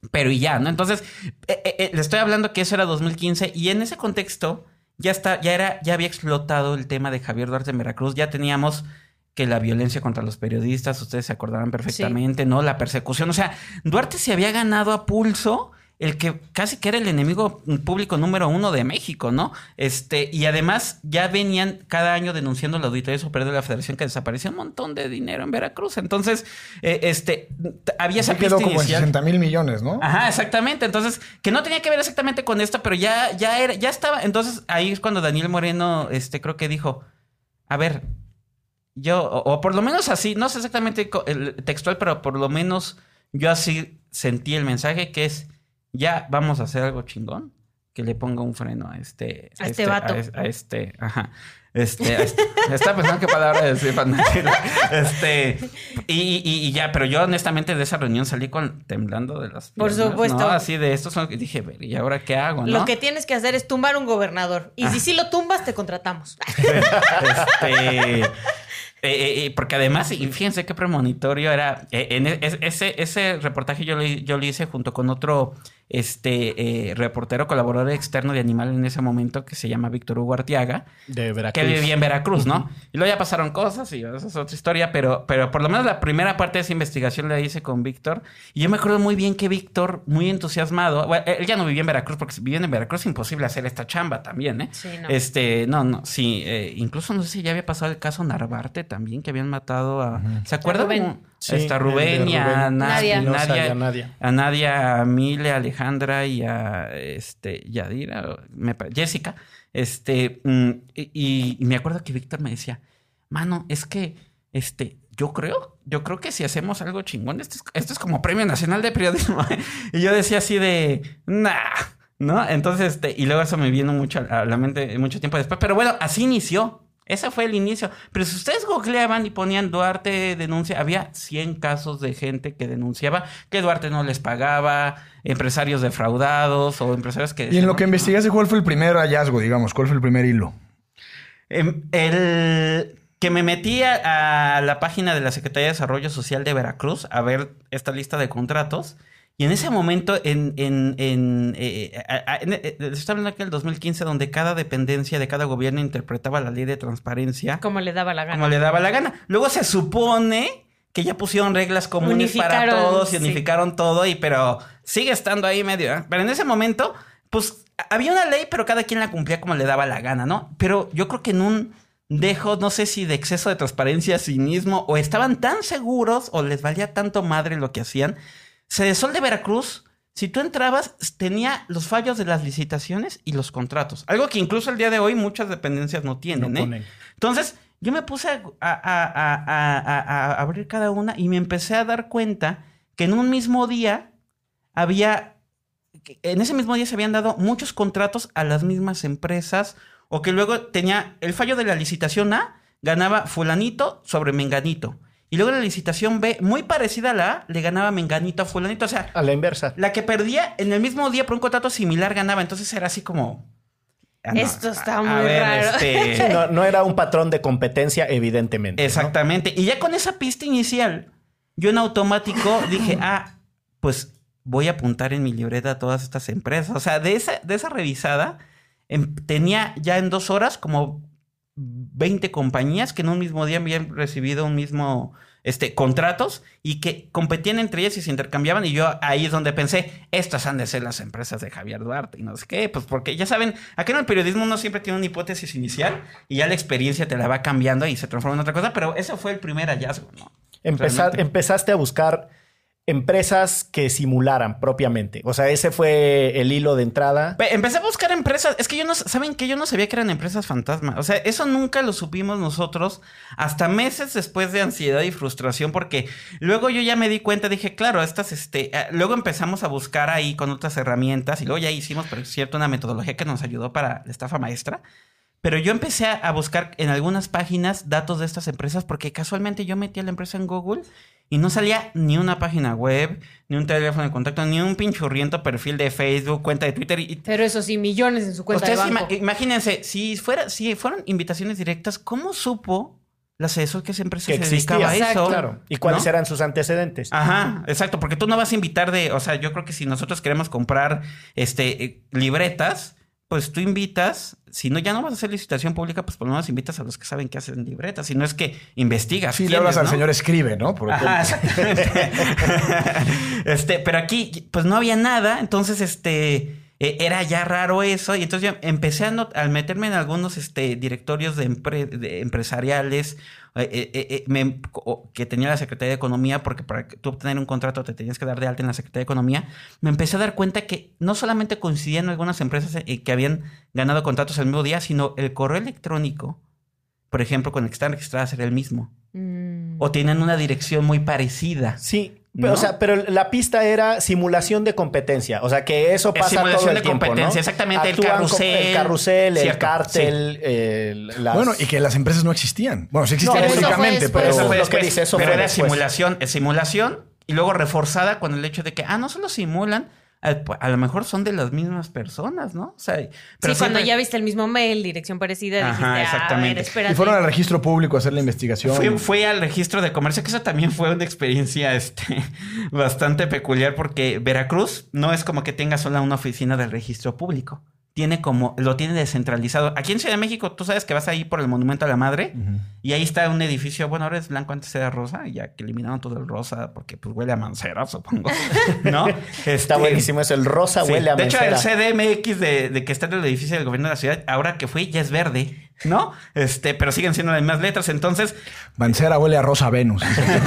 Pero y ya, ¿no? Entonces, eh, eh, le estoy hablando que eso era dos mil quince y en ese contexto ya está, ya era, ya había explotado el tema de Javier Duarte en Veracruz. Ya teníamos que la violencia contra los periodistas, ustedes se acordarán perfectamente, sí. ¿no? La persecución. O sea, Duarte se había ganado a pulso el que casi que era el enemigo público número uno de México, ¿no? Este, y además ya venían cada año denunciando la Auditoría Superior de la Federación que desapareció un montón de dinero en Veracruz. Entonces, eh, este, había esa pista inicial. Quedó como en sesenta mil millones, ¿no? Ajá, exactamente. Entonces, que no tenía que ver exactamente con esto, pero ya, ya era, ya estaba. Entonces, ahí es cuando Daniel Moreno, este, creo que dijo, a ver, yo, o, o por lo menos así, no sé exactamente el textual, pero por lo menos yo así sentí el mensaje que es, ya vamos a hacer algo chingón, que le ponga un freno a este... A, a este, este vato. A, a este, ajá. Este, a este estaba pensando qué palabra decir para decirlo. Este, y, y, y ya, pero yo honestamente de esa reunión salí con temblando de las piernas. Por supuesto. ¿no? Así de esto, son, dije, ¿y ahora qué hago? ¿no? Lo que tienes que hacer es tumbar un gobernador. Y ah. si sí lo tumbas, te contratamos. Este... Eh, eh, porque además, y fíjense qué premonitorio era. Eh, en ese, ese reportaje yo lo, yo lo hice junto con otro este eh, reportero, colaborador externo de Animal en ese momento, que se llama Víctor Hugo Arteaga. De Veracruz. Que vivía en Veracruz, ¿no? Uh-huh. Y luego ya pasaron cosas y esa es otra historia, pero, pero por lo menos la primera parte de esa investigación la hice con Víctor. Y yo me acuerdo muy bien que Víctor, muy entusiasmado, bueno, él ya no vivía en Veracruz, porque si viviendo en Veracruz es imposible hacer esta chamba también, ¿eh? Sí, no. Este, no, no, sí. Eh, incluso no sé si ya había pasado el caso Narvarte también, que habían matado a... Uh-huh. ¿Se acuerdan? Rubén. Sí, Hasta Rubén y a Nadia. Nadia, a Nadia, a Nadia, a Mile, a Alejandra y a este, Yadira, me, Jessica. Este, y, y me acuerdo que Víctor me decía, mano, es que este, yo creo, yo creo que si hacemos algo chingón, esto es, esto es como Premio Nacional de Periodismo. Y yo decía así de, nah, ¿no? Entonces, este, y luego eso me vino mucho a la mente mucho tiempo después. Pero bueno, así inició. Ese fue el inicio. Pero si ustedes googleaban y ponían Duarte denuncia, había cien casos de gente que denunciaba que Duarte no les pagaba, empresarios defraudados o empresarios que... Y en lo que no, investigaste, ¿cuál fue el primer hallazgo, digamos? ¿Cuál fue el primer hilo? Eh, el que me metí a, a la página de la Secretaría de Desarrollo Social de Veracruz a ver esta lista de contratos. Y en ese momento, en, en, en, eh, en, en, en estoy hablando aquí del dos mil quince, donde cada dependencia de cada gobierno interpretaba la ley de transparencia. Como le daba la gana. Como le daba la gana. Luego se supone que ya pusieron reglas comunes para todos y unificaron sí. todo, y pero sigue estando ahí medio. ¿eh? Pero en ese momento, pues había una ley, pero cada quien la cumplía como le daba la gana, ¿no? Pero yo creo que en un dejo, no sé si de exceso de transparencia, cinismo, o estaban tan seguros o les valía tanto madre lo que hacían. Cedesol de Veracruz, si tú entrabas, tenía los fallos de las licitaciones y los contratos. Algo que incluso el día de hoy muchas dependencias no tienen, no ¿eh? Entonces, yo me puse a, a, a, a, a, a abrir cada una y me empecé a dar cuenta que en un mismo día había... En ese mismo día se habían dado muchos contratos a las mismas empresas, o que luego tenía el fallo de la licitación A, ganaba fulanito sobre menganito. Y luego la licitación B, muy parecida a la A, le ganaba menganito a fulanito. O sea... A la inversa. La que perdía en el mismo día por un contrato similar ganaba. Entonces era así como... Ah, no, Esto está a, muy a ver, raro. Este... Sí, no, no era un patrón de competencia, evidentemente. Exactamente. ¿no? Y ya con esa pista inicial, yo en automático dije, ah, pues voy a apuntar en mi libreta a todas estas empresas. O sea, de esa, de esa revisada, em, tenía ya en dos horas como... veinte compañías que en un mismo día habían recibido un mismo este, contratos y que competían entre ellas y se intercambiaban, y yo ahí es donde pensé, estas han de ser las empresas de Javier Duarte y no sé qué, pues porque ya saben, acá en el periodismo uno siempre tiene una hipótesis inicial y ya la experiencia te la va cambiando y se transforma en otra cosa, pero ese fue el primer hallazgo, ¿no? Empezar, empezaste a buscar empresas que simularan propiamente. O sea, ese fue el hilo de entrada. Empecé a buscar empresas. Es que yo no... ¿Saben qué? Yo no sabía que eran empresas fantasma. O sea, eso nunca lo supimos nosotros hasta meses después de ansiedad y frustración, porque luego yo ya me di cuenta, dije, claro, estas... este uh, Luego empezamos a buscar ahí con otras herramientas y luego ya hicimos, por cierto, una metodología que nos ayudó para la estafa maestra. Pero yo empecé a buscar en algunas páginas datos de estas empresas porque casualmente yo metí a la empresa en Google y no salía ni una página web, ni un teléfono de contacto, ni un pinchurriento perfil de Facebook, cuenta de Twitter. Y... Pero eso sí, millones en su cuenta de banco. Ima- imagínense, si, fuera, si fueron invitaciones directas, ¿cómo supo la CESO, que esa empresa Que se existía, dedicaba a eso. exacto, claro. ¿Y cuáles ¿no? eran sus antecedentes? Ajá, exacto, porque tú no vas a invitar de, o sea, yo creo que si nosotros queremos comprar este eh, libretas, pues tú invitas, si no ya no vas a hacer licitación pública, pues por lo menos invitas a los que saben que hacen libretas, si no es que investigas. Sí, le hablas ¿no? al señor escribe, ¿no? Por Ajá, exactamente. este, pero aquí, pues no había nada, entonces, este, eh, era ya raro eso, y entonces yo empecé a, not- al meterme en algunos, este, directorios de, empre- de empresariales, eh, eh, eh, me- o- que tenía la Secretaría de Economía, porque para que tú obtener un contrato te tenías que dar de alta en la Secretaría de Economía. Me empecé a dar cuenta que no solamente coincidían algunas empresas eh, que habían ganado contratos el mismo día, sino el correo electrónico, por ejemplo, con el que están registradas era el mismo. Mm. O tenían una dirección muy parecida. Sí, ¿No? pero, o sea, pero la pista era simulación de competencia. O sea, que eso Es pasa simulación todo el de tiempo, competencia, ¿no? exactamente, el Actúan como carrusel. El carrusel, el Cierto, cártel, el- las- Bueno, y que las empresas no existían. Bueno, sí existían No, eso fue públicamente, después. pero... Eso Eso fue es lo que después, dice, eso pero fue era después. simulación, es simulación y luego reforzada con el hecho de que, ah, no solo simulan, a, a lo mejor son de las mismas personas, ¿no? O sea, pero sí, cuando siempre- ya viste el mismo mail, dirección parecida, Ajá, dijiste, ah, a exactamente. ver, espérate. Y fueron al registro público a hacer la investigación. Fui, fui al registro de comercio, que eso también fue una experiencia este, bastante peculiar, porque Veracruz no es como que tenga sola una oficina del registro público. Tiene como, lo tiene descentralizado. Aquí en Ciudad de México, tú sabes que vas ahí por el Monumento a la Madre Ujú. y ahí está un edificio, bueno, ahora es blanco, antes era rosa, ya que eliminaron todo el rosa porque pues huele a mancera, supongo, ¿no? Está Este, buenísimo eso. El rosa sí. huele a De hecho, mencera. el C D M X de, de que está en el edificio del gobierno de la ciudad, ahora que fui, ya es verde, ¿no? Este, pero siguen siendo las mismas letras, entonces... Mancera huele a Rosa Venus.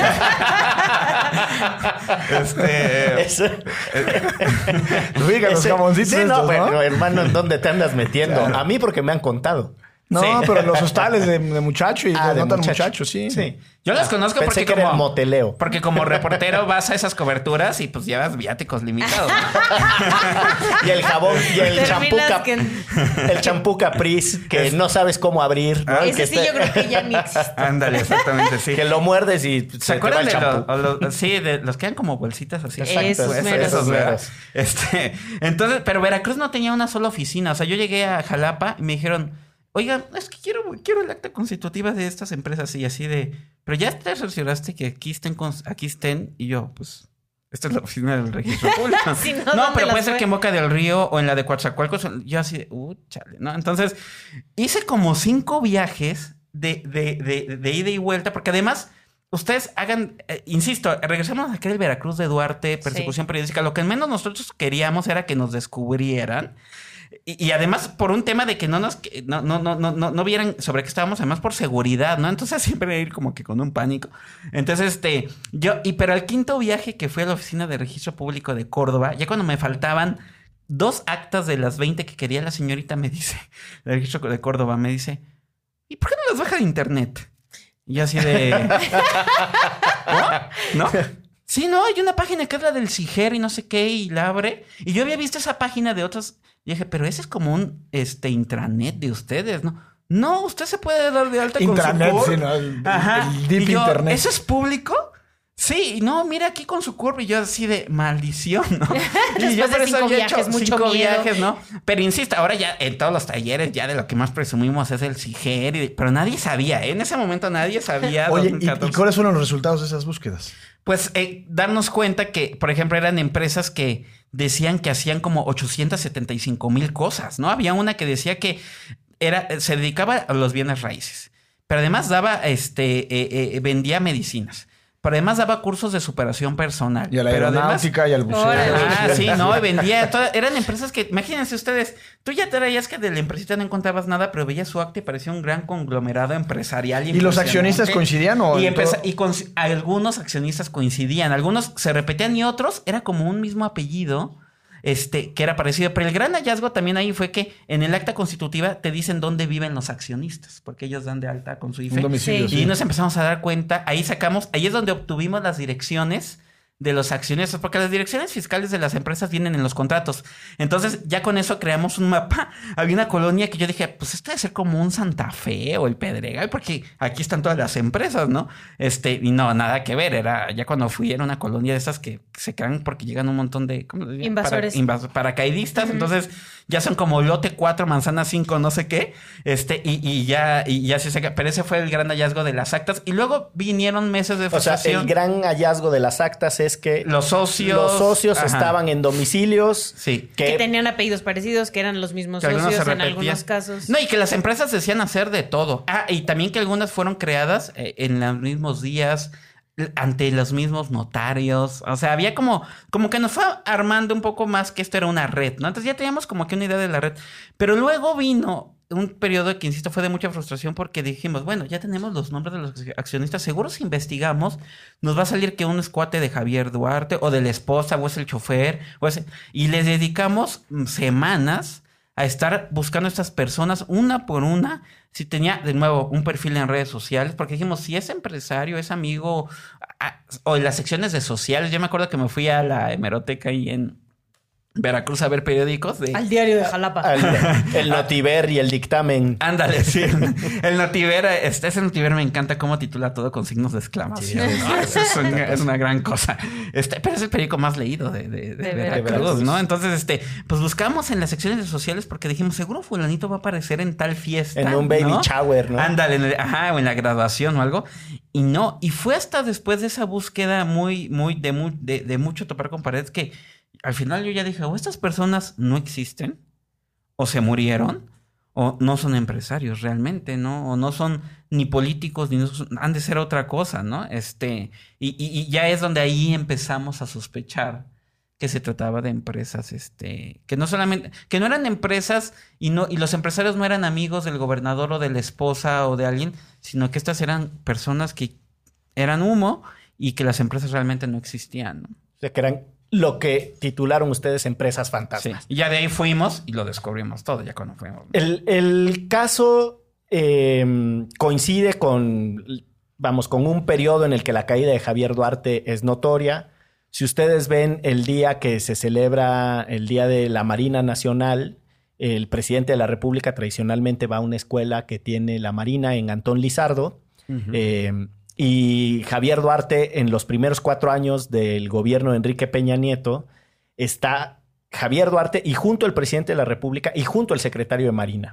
Este, Eso- Ubican los Ese- jamoncitos Sí, no, estos, ¿no? bueno, hermano, ¿en dónde te andas metiendo? A mí porque me han contado. No, Sí. pero los hostales de, de muchacho y Ah, de de no tan muchacho. muchacho, sí. Sí. yo las conozco Pensé porque que era como... el moteleo. Porque como reportero vas a esas coberturas y pues llevas viáticos limitados, ¿no? Y el jabón y el champú Terminas cap- que- el champú Caprice que no sabes cómo abrir, ¿no? El Ese que sí, está- yo creo que ya ni existe. Ándale, exactamente, sí. que lo muerdes y ¿Se se te va acuerdan el de champú. los, o los- sí, de los que eran como bolsitas así? Exacto, Esos esos, meros. esos ¿verdad? meros. Este, entonces, pero Veracruz no tenía una sola oficina. O sea, yo llegué a Jalapa y me dijeron, oigan, es que quiero, quiero el acta constitutiva de estas empresas y así de, pero ya te cercioraste que aquí estén, cons- aquí estén, y yo, pues, esta es la oficina del registro público. Si no, no, ¿dónde pero las puede ser fue? que en Boca del Río o en la de Coatzacoalcos, yo así, de, uh, chale, ¿no? Entonces, hice como cinco viajes de, de, de, de ida y vuelta, porque además... Ustedes hagan, eh, insisto, regresamos a aquel Veracruz de Duarte, persecución periodística. Lo que menos nosotros queríamos era que nos descubrieran. Y, y además por un tema de que no nos que no, no, no, no, no, no vieran sobre qué estábamos, además por seguridad, ¿no? Entonces siempre ir como que con un pánico. Entonces, este, yo, y pero al quinto viaje que fui a la oficina de registro público de Córdoba, ya cuando me faltaban dos actas de las veinte que quería la señorita, me dice, el registro de Córdoba, me dice, ¿y por qué no las baja de internet? Y yo así de... ¿No? ¿No? Sí, no, hay una página que es la del Ciger y no sé qué, y la abre. Y yo había visto esa página de otras. Y dije, pero ese es como un este, intranet de ustedes, ¿no? No, usted se puede dar de alta Intranet, con su sí, C U R. ¿no? El- Ajá. el deep Y yo, internet. ¿eso es público? Sí, no, mira aquí con su curva y yo así de maldición, ¿no? Y yo Después por de eso cinco había hecho viajes, mucho cinco miedo. viajes, ¿no? Pero insisto, ahora ya en todos los talleres ya de lo que más presumimos es el Ciger, y- pero nadie sabía, ¿eh? En ese momento nadie sabía. Oye, dos mil ¿y, catorce. y cuáles fueron los resultados de esas búsquedas? Pues eh, darnos cuenta que, por ejemplo, eran empresas que decían que hacían como ochocientos setenta y cinco mil cosas, ¿no? Había una que decía que era, se dedicaba a los bienes raíces, pero además daba, este, eh, eh, vendía medicinas, pero además daba cursos de superación personal. Y a la pero además, aeronáutica y al buceo. Órale. ah, sí, no, y vendía. toda- eran empresas que, imagínense ustedes, tú ya te veías que de la empresita no encontrabas nada, pero veías su acta y parecía un gran conglomerado empresarial. ¿Y los accionistas impresionante. coincidían o Y, en empeza- todo? y con- algunos accionistas coincidían, algunos se repetían y otros era como un mismo apellido. Este, que era parecido, pero el gran hallazgo también ahí fue que en el acta constitutiva te dicen dónde viven los accionistas, porque ellos dan de alta con su I F E. Un domicilio, Sí. sí. Y nos empezamos a dar cuenta, ahí sacamos, ahí es donde obtuvimos las direcciones de los accionistas, porque las direcciones fiscales de las empresas vienen en los contratos. Entonces, ya con eso creamos un mapa. Había una colonia que yo dije, pues esto debe ser como un Santa Fe o el Pedregal, porque aquí están todas las empresas, ¿no? Este, y no, nada que ver. Era, ya cuando fui, era una colonia de esas que se crean porque llegan un montón de ¿cómo le diría? Invasores. Para- invas- paracaidistas. Ujú. Entonces, ya son como lote cuatro, manzana cinco, no sé qué, este, y, y ya, y ya se saca. Pero ese fue el gran hallazgo de las actas. Y luego vinieron meses de frustración. O sea, el gran hallazgo de las actas es que los socios, los socios ajá. estaban en domicilios. Sí. Que, que tenían apellidos parecidos, que eran los mismos que socios en algunos casos. No, y que las empresas decían hacer de todo. Ah, y también que algunas fueron creadas eh, en los mismos días, ante los mismos notarios. O sea, había como, como que nos fue armando un poco más que esto era una red, ¿no? Entonces ya teníamos como que una idea de la red. Pero luego vino un periodo que, insisto, fue de mucha frustración porque dijimos, bueno, ya tenemos los nombres de los accionistas. Seguro si investigamos, nos va a salir que uno es cuate de Javier Duarte o de la esposa o es el chofer. O es... Y les dedicamos semanas a estar buscando a estas personas una por una, si tenía, de nuevo, un perfil en redes sociales, porque dijimos, si es empresario, es amigo, a, o en las secciones de sociales. Yo me acuerdo que me fui a la hemeroteca ahí en Veracruz a ver periódicos de... Al diario de Jalapa. Al, el Notiver y el dictamen. Ándale, sí. El Notiver, este, ese Notiver me encanta cómo titula todo con signos de exclamación. Sí, es, es, una, es una gran cosa. Este, pero es el periódico más leído de, de, de, de Veracruz, Veracruz, ¿no? Entonces, este, pues buscamos en las secciones de sociales porque dijimos, seguro fulanito va a aparecer en tal fiesta. En un baby ¿no? shower, ¿no? Ándale, en el, ajá, o en la graduación o algo. Y no, y fue hasta después de esa búsqueda muy, muy, de, muy, de, de mucho topar con paredes que al final yo ya dije, o estas personas no existen, o se murieron, o no son empresarios realmente, ¿no? O no son ni políticos, ni no son, han de ser otra cosa, ¿no? Este, y, y, y ya es donde ahí empezamos a sospechar que se trataba de empresas, este, que no solamente, que no eran empresas y no, y los empresarios no eran amigos del gobernador o de la esposa o de alguien, sino que estas eran personas que eran humo y que las empresas realmente no existían, ¿no? O sea, que eran lo que titularon ustedes empresas fantasmas. Sí. Y ya de ahí fuimos y lo descubrimos todo, ya cuando fuimos. El, el caso eh, coincide con, vamos, con un periodo en el que la caída de Javier Duarte es notoria. Si ustedes ven el día que se celebra el Día de la Marina Nacional, el presidente de la República tradicionalmente va a una escuela que tiene la Marina en Antón Lizardo. Uh-huh. Eh, Y Javier Duarte, en los primeros cuatro años del gobierno de Enrique Peña Nieto, está Javier Duarte y junto al presidente de la República y junto al secretario de Marina.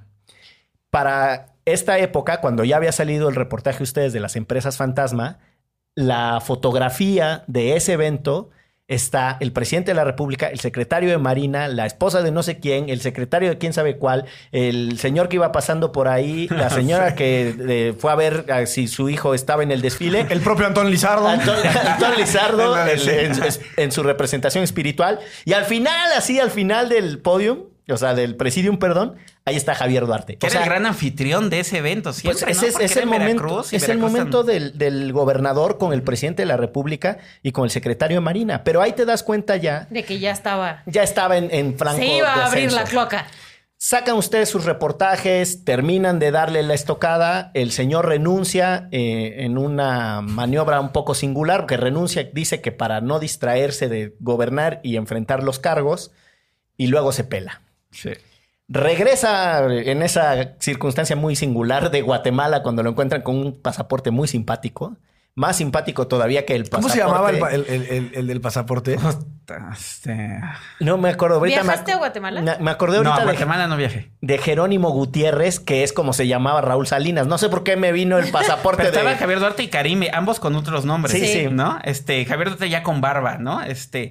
Para esta época, cuando ya había salido el reportaje ustedes de las empresas fantasma, la fotografía de ese evento está el presidente de la República, el secretario de Marina, la esposa de no sé quién, el secretario de quién sabe cuál, el señor que iba pasando por ahí, la señora sí. que eh, fue a ver a si su hijo estaba en el desfile. El propio Antón Lizardo. Antón, Antón Lizardo el, en, en su representación espiritual. Y al final, así al final del podium, o sea, del presidium, perdón, ahí está Javier Duarte. Que o era sea, el gran anfitrión de ese evento. Siempre, pues ¿no? es, es el momento, Veracruz, es el momento tan... del, del gobernador con el presidente de la República y con el secretario de Marina. Pero ahí te das cuenta ya... De que ya estaba... Ya estaba en, en franco Se iba a abrir descenso. la cloaca. Sacan ustedes sus reportajes, terminan de darle la estocada, el señor renuncia eh, en una maniobra un poco singular, porque renuncia, dice que para no distraerse de gobernar y enfrentar los cargos, y luego se pela. Sí. Regresa en esa circunstancia muy singular de Guatemala cuando lo encuentran con un pasaporte muy simpático. Más simpático todavía que el pasaporte. ¿Cómo se llamaba el, el, el, el del pasaporte? Este... No me acuerdo. Ahorita ¿Viajaste me, a Guatemala? Me, me acordé ahorita no, a de, Guatemala no viajé. de Jerónimo Gutiérrez, que es como se llamaba Raúl Salinas. No sé por qué me vino el pasaporte Pero estaba de... Javier Duarte y Karime, ambos con otros nombres. Sí, sí. ¿No? Este, Javier Duarte ya con barba, ¿no? Este...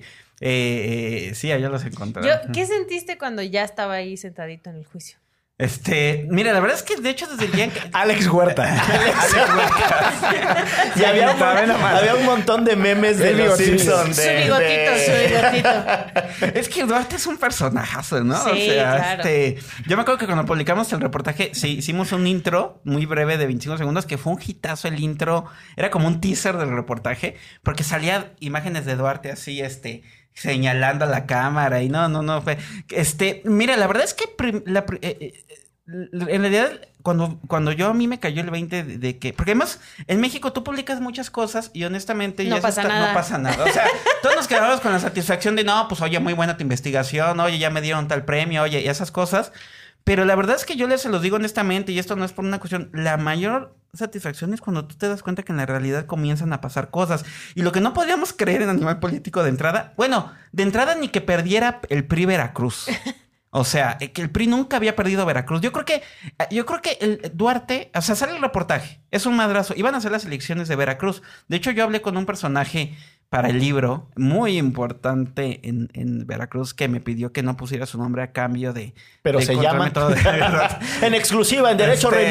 Eh, eh, sí, allá los encontré. Yo, ¿qué sentiste cuando ya estaba ahí sentadito en el juicio? Este, mira, la verdad es que de hecho desde el día en que... Alex Huerta. Alex Huerta. Y había un, había un montón de memes de los Simpsons. Su bigotito, de... su bigotito. Es que Duarte es un personajazo, ¿no? Sí, o sea, claro. este... Yo me acuerdo que cuando publicamos el reportaje, sí, hicimos un intro muy breve de veinticinco segundos, que fue un hitazo el intro. Era como un teaser del reportaje, porque salía imágenes de Duarte así, este... señalando a la cámara y no, no, no fue... Este, mira, la verdad es que prim, la, eh, eh, en realidad cuando, cuando yo a mí me cayó el veinte de, de que... Porque además en México tú publicas muchas cosas y honestamente no ya pasa está, nada. no pasa nada. O sea, todos nos quedamos con la satisfacción de no, pues oye, muy buena tu investigación, oye, ya me dieron tal premio, oye, y esas cosas. Pero la verdad es que yo les se los digo honestamente, y esto no es por una cuestión, la mayor satisfacción es cuando tú te das cuenta que en la realidad comienzan a pasar cosas. Y lo que no podíamos creer en Animal Político de entrada, bueno, de entrada ni que perdiera el P R I Veracruz. O sea, que el P R I nunca había perdido Veracruz. Yo creo que, yo creo que el Duarte, o sea, sale el reportaje, es un madrazo. Iban a hacer las elecciones de Veracruz. De hecho, yo hablé con un personaje para el libro muy importante en, en Veracruz que me pidió que no pusiera su nombre a cambio de... Pero de se llama... De... en exclusiva, en Derecho Este...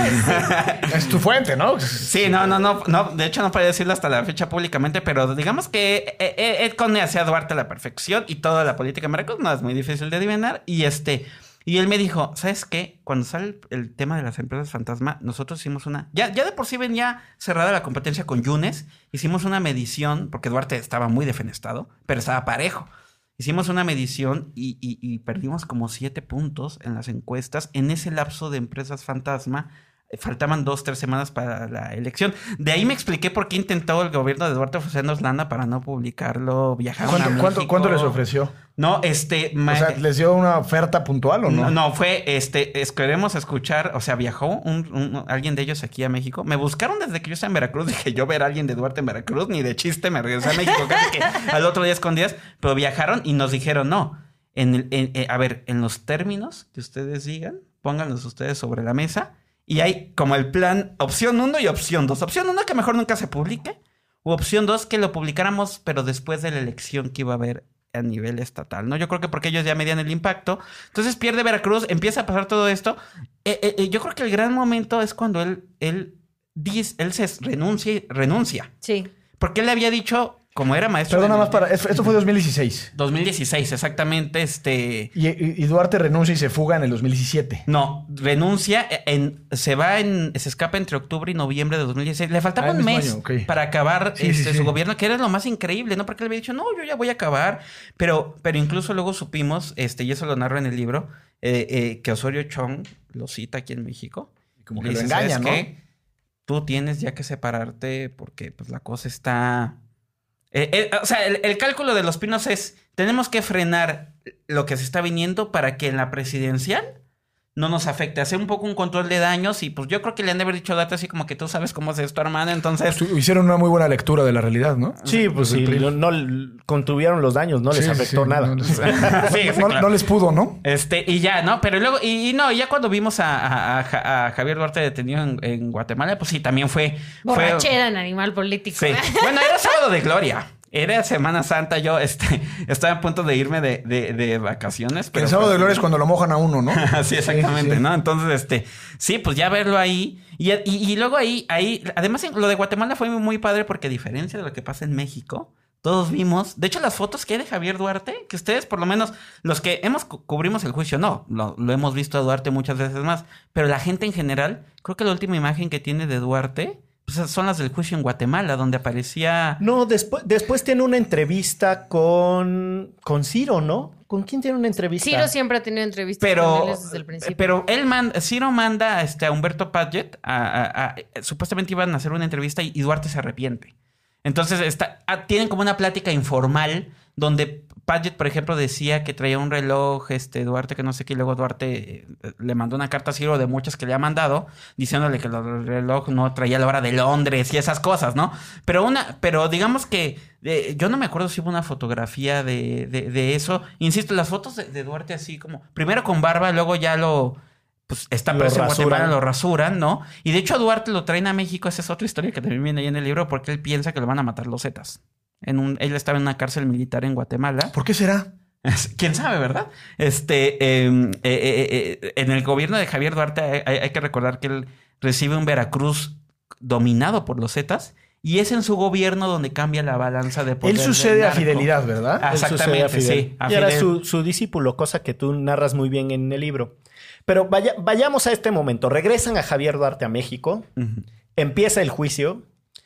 Remix. Es tu fuente, ¿no? Sí, no, no, no, no. De hecho, no podía decirlo hasta la fecha públicamente, pero digamos que Ed Conde hacía a Duarte a la perfección y toda la política en Veracruz no es muy difícil de adivinar. Y este... Y él me dijo, ¿sabes qué? Cuando sale el, el tema de las empresas fantasma, nosotros hicimos una... Ya, ya de por sí venía cerrada la competencia con Yunes. Hicimos una medición, porque Duarte estaba muy defenestado, pero estaba parejo. Hicimos una medición y, y, y perdimos como siete puntos en las encuestas. En ese lapso de empresas fantasma, faltaban dos, tres semanas para la elección. De ahí me expliqué por qué intentó el gobierno de Duarte ofrecernos lana para no publicarlo, viajar a México. ¿Cuánto, ¿Cuánto les ofreció? No, este... O sea, ¿les dio una oferta puntual o no? No, no fue, este, es, queremos escuchar, o sea, viajó un, un, alguien de ellos aquí a México. Me buscaron desde que yo estaba en Veracruz. Dije, yo ver a alguien de Duarte en Veracruz, ni de chiste me regresé a México. Casi que al otro día escondidas, pero viajaron y nos dijeron, no, en, el, en, en, a ver, en los términos que ustedes digan, pónganlos ustedes sobre la mesa. Y hay como el plan opción uno y opción dos. Opción uno que mejor nunca se publique. O opción dos que lo publicáramos, pero después de la elección que iba a haber a nivel estatal, ¿no? Yo creo que porque ellos ya medían el impacto. Entonces pierde Veracruz, empieza a pasar todo esto. Eh, eh, yo creo que el gran momento es cuando él, él, dice, él se renuncia, renuncia. Sí. Porque él le había dicho, como era maestro... Perdona más para... Esto fue dos mil dieciséis. dos mil dieciséis, exactamente. Este... Y, y, y Duarte renuncia y se fuga en el dos mil diecisiete. No, renuncia, en, se va en... Se escapa entre octubre y noviembre de dos mil dieciséis. Le faltaba ah, un mes año, okay. para acabar sí, este, sí, sí. su gobierno, que era lo más increíble, ¿no? Porque él había dicho, no, yo ya voy a acabar. Pero, pero incluso luego supimos, este, y eso lo narro en el libro, eh, eh, que Osorio Chong lo cita aquí en México. Como que que lo dice, engaña, ¿sabes ¿no? qué? Tú tienes ya que separarte porque pues la cosa está... Eh, eh, o sea, el, el cálculo de los Pinos es, tenemos que frenar lo que se está viniendo para que en la presidencial no nos afecte, hacer un poco un control de daños. Y pues yo creo que le han de haber dicho a Duarte así como que tú sabes cómo es esto, hermano. Entonces... Pues, hicieron una muy buena lectura de la realidad, ¿no? Sí, pues sí, no, no contuvieron los daños, no les sí, afectó sí, nada. No, les, sí, sí, no, claro. no les pudo, ¿no? Este, y ya, ¿no? Pero luego, y, y no, ya cuando vimos a, a, a, a Javier Duarte detenido en, en Guatemala, pues sí, también fue... Borrachera fue, en Animal Político. Sí. Bueno, era sábado de gloria. Era Semana Santa, yo este, estaba a punto de irme de, de, de vacaciones. Pero el sábado pues, de gloria es cuando lo mojan a uno, ¿no? sí, exactamente, sí, sí. ¿no? Entonces, este, sí, pues ya verlo ahí. Y, y, y luego ahí, ahí, además lo de Guatemala fue muy padre porque a diferencia de lo que pasa en México, todos vimos, de hecho las fotos que hay de Javier Duarte, que ustedes por lo menos, los que hemos cu- cubrimos el juicio, no, lo, lo hemos visto a Duarte muchas veces más, pero la gente en general, creo que la última imagen que tiene de Duarte... Pues son las del juicio en Guatemala, donde aparecía... No, después, después tiene una entrevista con, con Ciro, ¿no? ¿Con quién tiene una entrevista? Ciro siempre ha tenido entrevistas Pero, con él desde el principio. pero él manda, Ciro manda este, a Humberto Padgett, a, a, a, supuestamente iban a hacer una entrevista y, y Duarte se arrepiente. Entonces está, a, tienen como una plática informal donde Padgett, por ejemplo, decía que traía un reloj, este, Duarte, que no sé qué, y luego Duarte eh, le mandó una carta a Ciro de muchas que le ha mandado, diciéndole que el reloj no traía la hora de Londres y esas cosas, ¿no? Pero una, pero digamos que eh, yo no me acuerdo si hubo una fotografía de, de, de eso. Insisto, las fotos de, de Duarte así como, primero con barba, luego ya lo... Pues está Lo preso en rasuran. Guatemala, lo rasuran, ¿no? Y de hecho a Duarte lo traen a México, esa es otra historia que también viene ahí en el libro, porque él piensa que lo van a matar los Zetas. En un, él estaba en una cárcel militar en Guatemala. ¿Por qué será? ¿Quién sabe, verdad? Este, eh, eh, eh, eh, en el gobierno de Javier Duarte hay, hay, hay que recordar que él recibe un Veracruz dominado por los Zetas y es en su gobierno donde cambia la balanza de poder. Él sucede a Fidelidad, ¿verdad? Ah, Él sucede exactamente, a Fidel. sí. A Y era Fidel. su, su discípulo, cosa que tú narras muy bien en el libro. Pero vaya, vayamos a este momento. Regresan a Javier Duarte a México, Uh-huh. empieza el juicio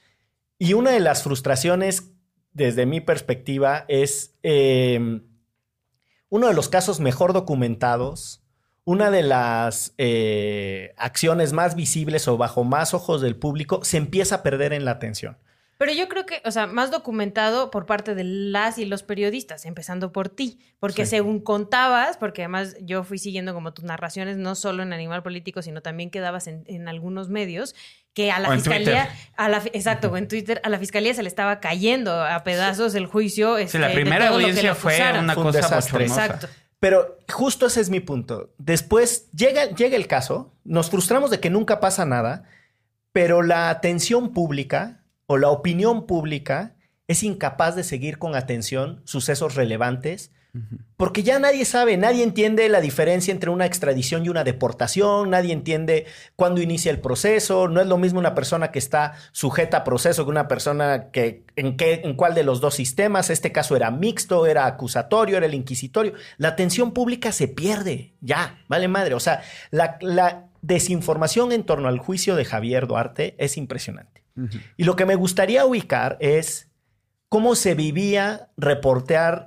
y una de las frustraciones, desde mi perspectiva, es eh, uno de los casos mejor documentados, una de las eh, acciones más visibles o bajo más ojos del público, se empieza a perder en la atención. Pero yo creo que, o sea, más documentado por parte de las y los periodistas, empezando por ti. Porque Sí. según contabas, porque además yo fui siguiendo como tus narraciones, no solo en Animal Político, sino también quedabas en, en algunos medios, que a la O en fiscalía, Twitter. a la, exacto, o en Twitter, a la fiscalía se le estaba cayendo a pedazos el juicio. Sí, este, la de primera todo lo que audiencia le fue acusaron. una Fue un cosa desastre. bochornosa. Exacto. Pero justo ese es mi punto. Después llega, llega el caso, nos frustramos de que nunca pasa nada, pero la atención pública o la opinión pública es incapaz de seguir con atención sucesos relevantes porque ya nadie sabe, nadie entiende la diferencia entre una extradición y una deportación, nadie entiende cuándo inicia el proceso, no es lo mismo una persona que está sujeta a proceso que una persona que en, qué, en cuál de los dos sistemas. Este caso era mixto, era acusatorio, era el inquisitorio. La atención pública se pierde, ya, vale madre. O sea, la, la desinformación en torno al juicio de Javier Duarte es impresionante. Uh-huh. Y lo que me gustaría ubicar es cómo se vivía reportear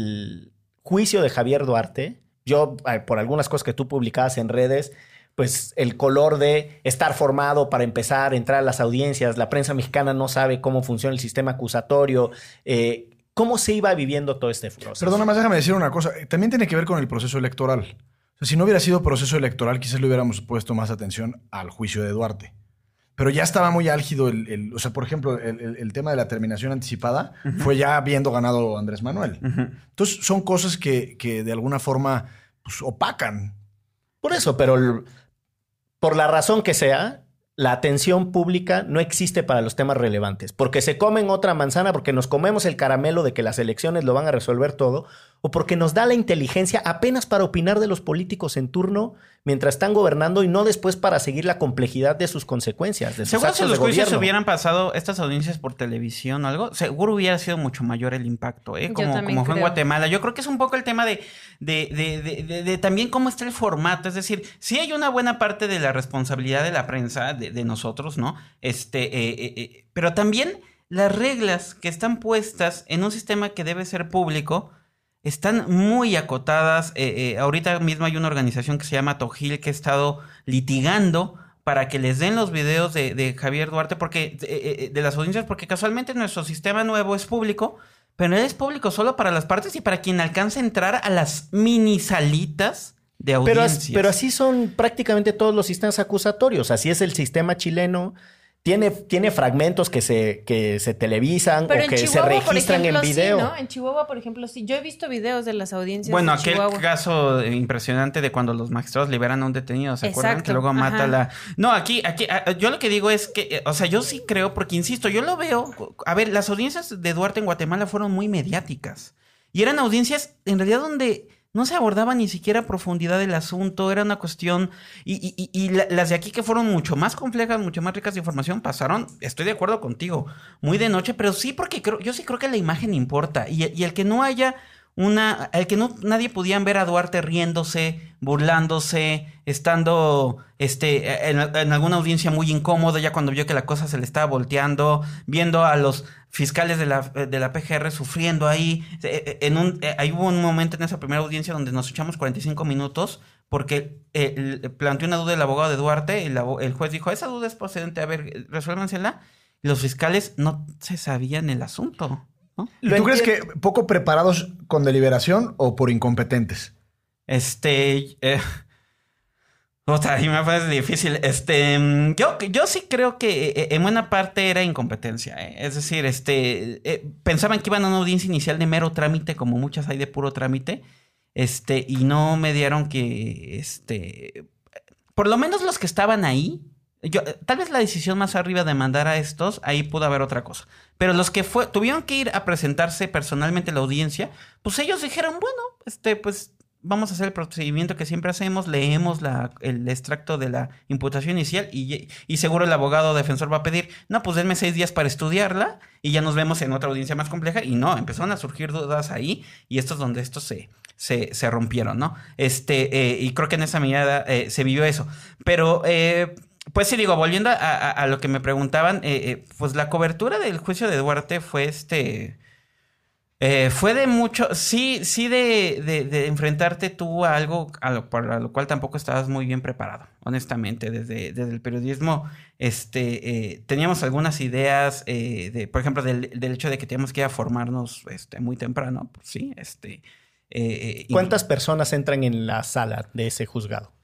el juicio de Javier Duarte. Yo, por algunas cosas que tú publicabas en redes, pues el color de estar formado para empezar, entrar a las audiencias, la prensa mexicana no sabe cómo funciona el sistema acusatorio, eh, cómo se iba viviendo todo este proceso. Perdona más, déjame decir una cosa. También tiene que ver con el proceso electoral. O sea, si no hubiera sido proceso electoral, quizás le hubiéramos puesto más atención al juicio de Duarte. Pero ya estaba muy álgido el... el o sea, por ejemplo, el, el, el tema de la terminación anticipada uh-huh. fue ya habiendo ganado Andrés Manuel. Uh-huh. Entonces, son cosas que, que de alguna forma pues, opacan. Por eso, pero el, por la razón que sea, la atención pública no existe para los temas relevantes. Porque se comen otra manzana, porque nos comemos el caramelo de que las elecciones lo van a resolver todo, o porque nos da la inteligencia apenas para opinar de los políticos en turno mientras están gobernando y no después para seguir la complejidad de sus consecuencias, de sus seguro actos si los de juicios gobierno. hubieran pasado estas audiencias por televisión o algo, seguro hubiera sido mucho mayor el impacto, ¿eh? Como, como fue en Guatemala. Yo creo que es un poco el tema de, de, de, de, de, de también cómo está el formato. Es decir, sí hay una buena parte de la responsabilidad de la prensa, de, de nosotros, ¿no? Este, eh, eh, eh, pero también las reglas que están puestas en un sistema que debe ser público están muy acotadas. Eh, eh, ahorita mismo hay una organización que se llama Tojil que ha estado litigando para que les den los videos de, de Javier Duarte, porque eh, de las audiencias, porque casualmente nuestro sistema nuevo es público, pero es público solo para las partes y para quien alcance a entrar a las mini salitas de audiencias. Pero, pero así son prácticamente todos los sistemas acusatorios. Así es el sistema chileno. Tiene, tiene fragmentos que se, que se televisan pero o que Chihuahua, se registran ejemplo, en video. Sí, ¿no? En Chihuahua, por ejemplo, sí. Yo he visto videos de las audiencias bueno, de aquel Chihuahua. caso impresionante de cuando los magistrados liberan a un detenido, ¿se Exacto. acuerdan? Que luego Ajá. mata la... No, aquí, aquí, yo lo que digo es que, o sea, yo sí creo, porque insisto, yo lo veo... A ver, las audiencias de Duarte en Guatemala fueron muy mediáticas. Y eran audiencias, en realidad, donde no se abordaba ni siquiera a profundidad del asunto, era una cuestión... Y, y, y la, las de aquí que fueron mucho más complejas, mucho más ricas de información, pasaron, estoy de acuerdo contigo, muy de noche, pero sí porque creo, yo sí creo que la imagen importa. Y, y el que no haya una... El que no nadie podían ver a Duarte riéndose, burlándose, estando este, en, en alguna audiencia muy incómoda, ya cuando vio que la cosa se le estaba volteando, viendo a los fiscales de la, de la P G R sufriendo ahí. En un, ahí hubo un momento en esa primera audiencia donde nos echamos cuarenta y cinco minutos porque eh, planteó una duda el abogado de Duarte, el, el juez dijo, esa duda es procedente, a ver, resuélvansela. Y los fiscales no se sabían el asunto, ¿no? ¿Y tú crees que poco preparados con deliberación o por incompetentes? Este... Eh, otra, ahí me parece difícil. Este, yo, yo sí creo que eh, en buena parte era incompetencia. ¿eh? Es decir, este, eh, pensaban que iban a una audiencia inicial de mero trámite, como muchas hay de puro trámite, este, y no me dieron que, este, por lo menos los que estaban ahí. Yo, tal vez la decisión más arriba de mandar a estos, ahí pudo haber otra cosa. Pero los que fue, tuvieron que ir a presentarse personalmente a la audiencia, pues ellos dijeron, bueno, este, pues vamos a hacer el procedimiento que siempre hacemos, leemos la, el extracto de la imputación inicial y, y seguro el abogado defensor va a pedir, no, pues denme seis días para estudiarla y ya nos vemos en otra audiencia más compleja. Y no, empezaron a surgir dudas ahí y esto es donde estos se, se, se rompieron, ¿no? Este, eh, y creo que en esa mirada eh, se vivió eso. Pero... Eh, Pues sí, digo, volviendo a, a, a lo que me preguntaban, eh, eh, pues la cobertura del juicio de Duarte fue este... Eh, fue de mucho... Sí, sí de, de, de enfrentarte tú a algo a lo, para lo cual tampoco estabas muy bien preparado, honestamente. Desde, desde el periodismo este, eh, teníamos algunas ideas, eh, de, por ejemplo, del, del hecho de que teníamos que ir a formarnos este, muy temprano. Pues sí, este... Eh, ¿Cuántas y... personas entran en la sala de ese juzgado?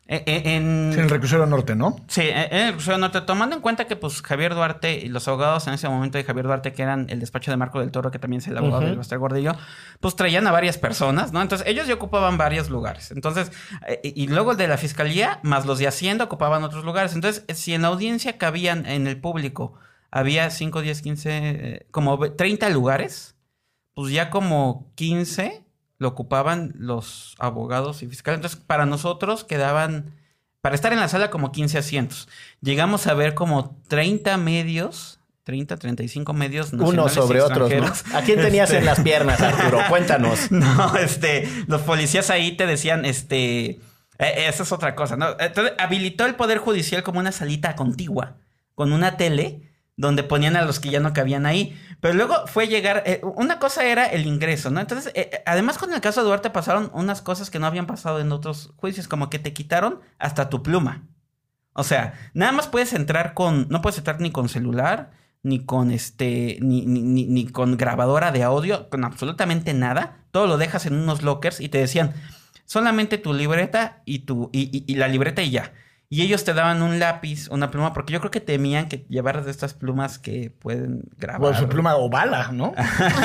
En, en, Sí, en el reclusorio norte, ¿no? Sí, en el reclusorio norte, tomando en cuenta que pues Javier Duarte y los abogados en ese momento de Javier Duarte, que eran el despacho de Marco del Toro, que también es el abogado uh-huh. del Bester Gordillo, pues traían a varias personas, ¿no? Entonces ellos ya ocupaban varios lugares. Entonces, eh, y luego el de la fiscalía, más los de Hacienda ocupaban otros lugares. Entonces, si en la audiencia cabían en el público, había cinco, diez, quince, eh, como treinta lugares, pues ya como quince lo ocupaban los abogados y fiscales. Entonces, para nosotros quedaban, para estar en la sala, como quince asientos. Llegamos a ver como treinta medios, treinta, treinta y cinco medios nacionales. Unos sobre otros, ¿no? ¿A quién tenías este... en las piernas, Arturo? Cuéntanos. No, este, los policías ahí te decían, este, eh, esa es otra cosa, ¿no? Entonces, habilitó el Poder Judicial como una salita contigua, con una tele, donde ponían a los que ya no cabían ahí. Pero luego fue llegar... Eh, una cosa era el ingreso, ¿no? Entonces, eh, además con el caso de Duarte pasaron unas cosas que no habían pasado en otros juicios, como que te quitaron hasta tu pluma. O sea, nada más puedes entrar con... No puedes entrar ni con celular, ni con este... Ni, ni, ni, ni con grabadora de audio, con absolutamente nada. Todo lo dejas en unos lockers y te decían, solamente tu libreta y, tu, y, y, y la libreta y ya. Y ellos te daban un lápiz, una pluma, porque yo creo que temían que llevaras de estas plumas que pueden grabar. Bueno, su pluma o bala, ¿no?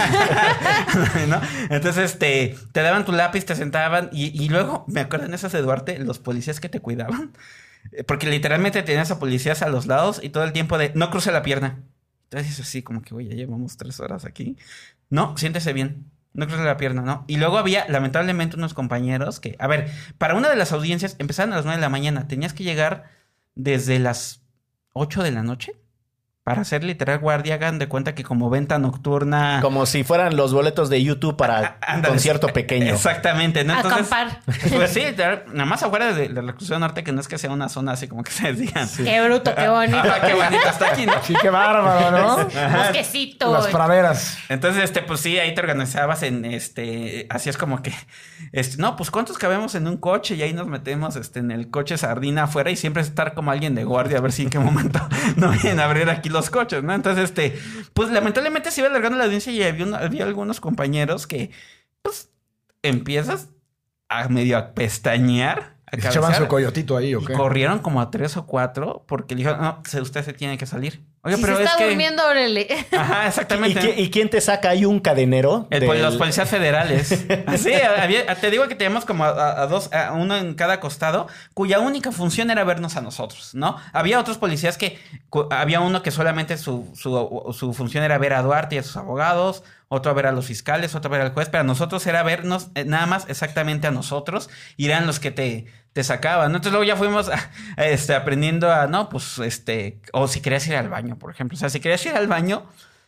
¿no? Entonces, este, te daban tu lápiz, te sentaban, y, y luego, me acuerdo en esas de Duarte, los policías que te cuidaban, porque literalmente tenías a policías a los lados y todo el tiempo de, no cruce la pierna. Entonces, así como que, oye, ya llevamos tres horas aquí. No, siéntese bien. No cruce la pierna, ¿no? Y luego había, lamentablemente, unos compañeros que... A ver, para una de las audiencias empezaban a las nueve de la mañana. Tenías que llegar desde las ocho de la noche para hacer literal guardia. Hagan de cuenta que como venta nocturna... Como si fueran los boletos de YouTube para Ándale, concierto pequeño. Exactamente, ¿no? Entonces, acampar. Pues sí, nada más afuera de la reclusión norte, que no es que sea una zona así como que se digan. Sí. Qué bruto, qué bonito. Ah, qué bonito está aquí, ¿no? Sí, qué bárbaro, ¿no? Bosquecito. Las praderas. Entonces, este, pues sí, ahí te organizabas en, este, así es como que, este, no, pues ¿cuántos cabemos en un coche? Y ahí nos metemos, este, en el coche sardina afuera y siempre estar como alguien de guardia a ver si en qué momento no vienen a abrir aquí los coches, ¿no? Entonces, este, pues lamentablemente se iba alargando la audiencia y había, un, había algunos compañeros que, pues, empiezas a medio a pestañear. ¿Se echaban su coyotito ahí o qué? Y corrieron como a tres o cuatro porque le dijeron, no, usted se tiene que salir. Oye, si pero se es está que... durmiendo, órale. Ajá, exactamente. ¿Y, ¿Y quién te saca ahí un cadenero? El, del... Los policías federales. Así, había, te digo que teníamos como a, a dos, a uno en cada costado, cuya única función era vernos a nosotros, ¿no? Había otros policías que, había uno que solamente su, su, su función era ver a Duarte y a sus abogados, otro a ver a los fiscales, otro a ver al juez, pero a nosotros era vernos eh, nada más exactamente a nosotros, y eran los que te, te sacaban, ¿no? Entonces luego ya fuimos a, a, este, aprendiendo a, no, pues, este, o si querías ir al baño, por ejemplo. O sea, si querías ir al baño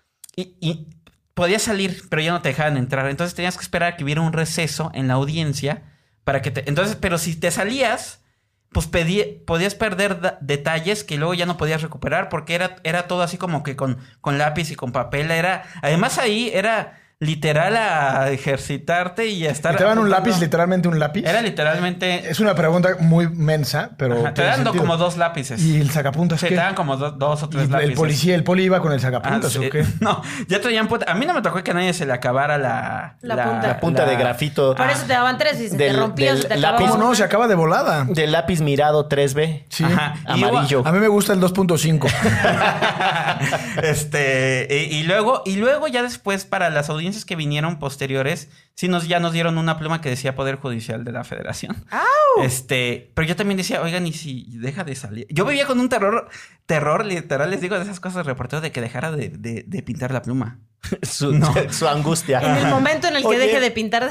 y, y podías salir, pero ya no te dejaban entrar. Entonces tenías que esperar a que hubiera un receso en la audiencia para que te... Entonces, pero si te salías, pues pedí, podías perder da- detalles que luego ya no podías recuperar porque era, era todo así como que con, con lápiz y con papel. Era, además ahí era... literal a ejercitarte y a estar... ¿Y te dan un lápiz, literalmente un lápiz? Era literalmente... Es una pregunta muy mensa, pero... Ajá, te dan como dos lápices. ¿Y el sacapuntas sí, qué? te dan como do, dos o tres ¿Y lápices. el policía, el poli iba con el sacapuntas ah, sí. o qué? No, ya traían punta. A mí no me tocó que a nadie se le acabara la... La, la punta. La punta la... de grafito. Por eso te daban tres y se del, te rompía. del se te lápiz. ¿Cómo no? Se acaba de volada. Del lápiz mirado tres B. Sí. Ajá. Amarillo. A mí me gusta el dos punto cinco. este... Y, y luego y luego ya después para las audiencias que vinieron posteriores... Sí, nos, ya nos dieron una pluma que decía Poder Judicial de la Federación. ¡Au! Este, pero yo también decía, oigan, ¿y si deja de salir? Yo vivía con un terror, terror literal, les digo, de esas cosas de reportero, de que dejara de, de, de pintar la pluma. su, No. su angustia. En el momento en el que Oye, deje de pintar...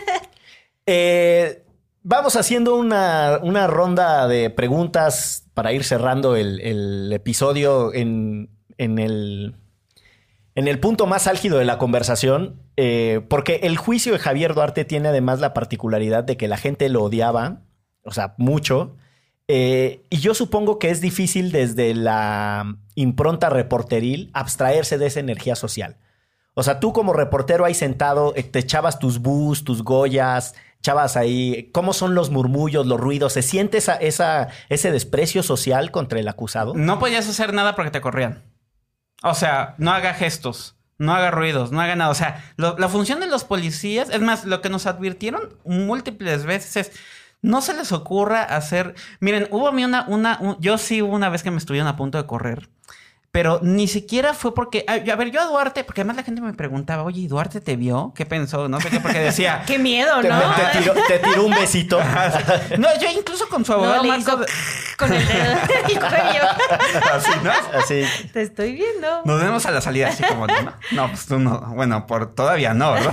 eh, vamos haciendo una, una ronda de preguntas para ir cerrando el, el episodio en, en el... En el punto más álgido de la conversación, eh, porque el juicio de Javier Duarte tiene además la particularidad de que la gente lo odiaba, o sea, mucho, eh, y yo supongo que es difícil desde la impronta reporteril abstraerse de esa energía social. O sea, tú como reportero ahí sentado, eh, te echabas tus bus, tus goyas, echabas ahí, ¿cómo son los murmullos, los ruidos? ¿Se siente esa, esa, ese desprecio social contra el acusado? No podías hacer nada porque te corrían. O sea, no haga gestos, no haga ruidos, no haga nada. O sea, lo, la función de los policías, es más, lo que nos advirtieron múltiples veces es, no se les ocurra hacer... Miren, hubo a mí una... una un... Yo sí hubo una vez que me estuvieron a punto de correr. Pero ni siquiera fue porque... A, a ver, yo a Duarte... Porque además la gente me preguntaba... Oye, ¿y Duarte te vio? ¿Qué pensó? No sé qué, porque decía... ¡Qué miedo, Te, ¿no? te, tiró, te tiró un besito. No, yo incluso con su abogado... No, le Marco... hizo con el dedo el cuello. Así, ¿no? Así. Te estoy viendo. Nos vemos a la salida así como... No, no pues tú no. Bueno, por todavía no, ¿verdad?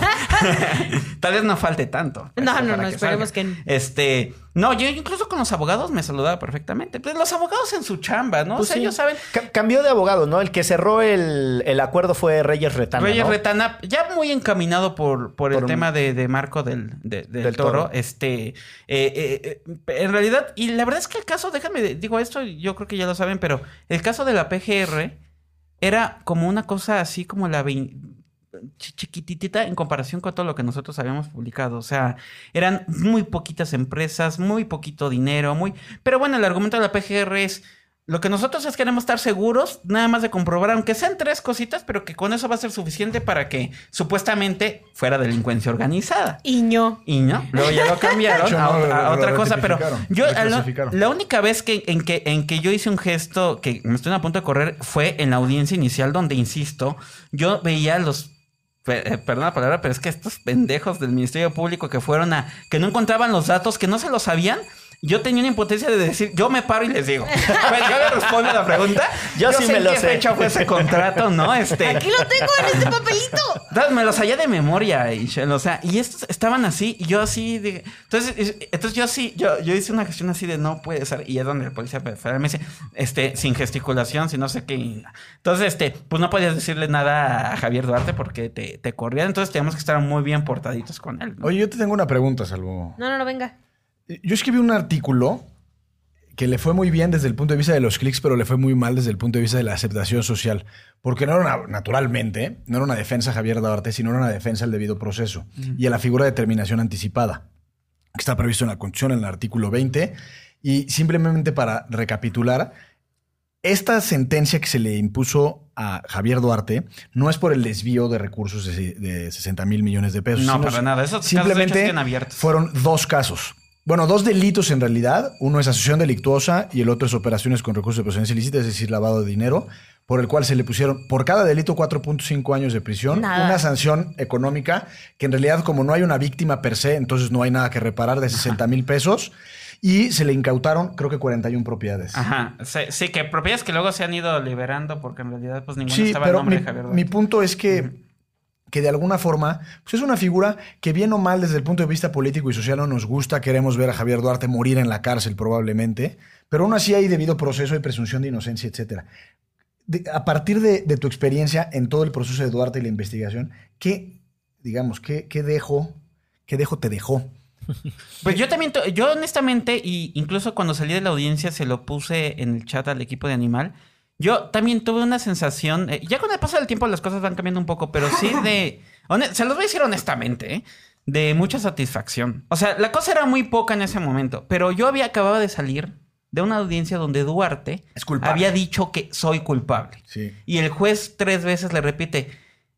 Tal vez no falte tanto. No, este, no, para no, que esperemos salga. que... Este... No, yo incluso con los abogados me saludaba perfectamente. Pues los abogados en su chamba, ¿no? Pues o sea, sí. ellos saben... C- cambió de abogado, ¿no? El que cerró el, el acuerdo fue Reyes Retana, Reyes ¿no? Retana, ya muy encaminado por, por el Por un- tema de, de Marco del, de- del, Del toro. Toro. Este, eh, eh, eh, en realidad, y la verdad es que el caso, déjame, digo esto, yo creo que ya lo saben, pero el caso de la P G R era como una cosa así como la vein- ch- chiquititita en comparación con todo lo que nosotros habíamos publicado. O sea, eran muy poquitas empresas, muy poquito dinero, muy... Pero bueno, el argumento de la P G R es... Lo que nosotros es queremos estar seguros, nada más de comprobar, aunque sean tres cositas, pero que con eso va a ser suficiente para que supuestamente fuera delincuencia organizada. Iño. Y no, luego ya lo cambiaron De hecho, a, no, otra- a lo- lo otra cosa, pero rectificaron, yo lo a lo- clasificaron. la única vez que en, que en que yo hice un gesto que me estoy a punto de correr fue en la audiencia inicial donde, insisto, yo veía los... pe- eh, Perdón la palabra, pero es que estos pendejos del Ministerio Público que fueron a... que no encontraban los datos, que no se los sabían... Yo tenía una impotencia de decir, yo me paro y les digo. Pues yo le respondo a la pregunta. Yo sí me en lo qué sé. fecha fue ese contrato, ¿no? Este, Aquí lo tengo en este papelito. entonces, me los hallé de memoria, Ishel, o sea, y estos estaban así, y yo así de... Entonces, es- entonces yo sí, yo, yo hice una gestión así de no puede ser, y es donde el policía federal me dice, este, sin gesticulación, sin no sé qué. y- Entonces, este, pues no podías decirle nada a Javier Duarte porque te, te corrían, entonces teníamos que estar muy bien portaditos con él, ¿no? Oye, yo te tengo una pregunta, Salvo. No, no, no, venga. Yo escribí un artículo que le fue muy bien desde el punto de vista de los clics, pero le fue muy mal desde el punto de vista de la aceptación social. Porque no era una, naturalmente, no era una defensa a Javier Duarte, sino era una defensa al debido proceso y a la figura de determinación anticipada, que está previsto en la Constitución, en el artículo veinte. Y simplemente para recapitular, esta sentencia que se le impuso a Javier Duarte no es por el desvío de recursos de, de sesenta mil millones de pesos. No, sino para nada. Esos casos, de hecho, simplemente siguen abiertos. fueron dos casos. Bueno, dos delitos en realidad. Uno es asociación delictuosa y el otro es operaciones con recursos de procedencia ilícita, es decir, lavado de dinero, por el cual se le pusieron por cada delito cuatro punto cinco años de prisión, Nada. una sanción económica que en realidad, como no hay una víctima per se, entonces no hay nada que reparar, de sesenta mil pesos, y se le incautaron creo que cuarenta y una propiedades. Ajá, sí, sí, que propiedades que luego se han ido liberando porque en realidad pues ninguno Sí, estaba el pero nombre mi, de Javier Duarte. mi punto es que, que de alguna forma pues es una figura que bien o mal desde el punto de vista político y social no nos gusta. Queremos ver a Javier Duarte morir en la cárcel probablemente, pero aún así hay debido proceso, hay presunción de inocencia, etcétera. De- a partir de, de tu experiencia en todo el proceso de Duarte y la investigación, ¿qué, digamos, qué, qué dejo, qué dejo te dejó? Pues yo también, to- yo honestamente, y incluso cuando salí de la audiencia se lo puse en el chat al equipo de Animal, yo también tuve una sensación, eh, ya con el paso del tiempo las cosas van cambiando un poco, pero sí de, hone- se los voy a decir honestamente, ¿eh? De mucha satisfacción. O sea, la cosa era muy poca en ese momento, pero yo había acabado de salir de una audiencia donde Duarte Es culpable. había dicho que soy culpable. Sí. Y el juez tres veces le repite,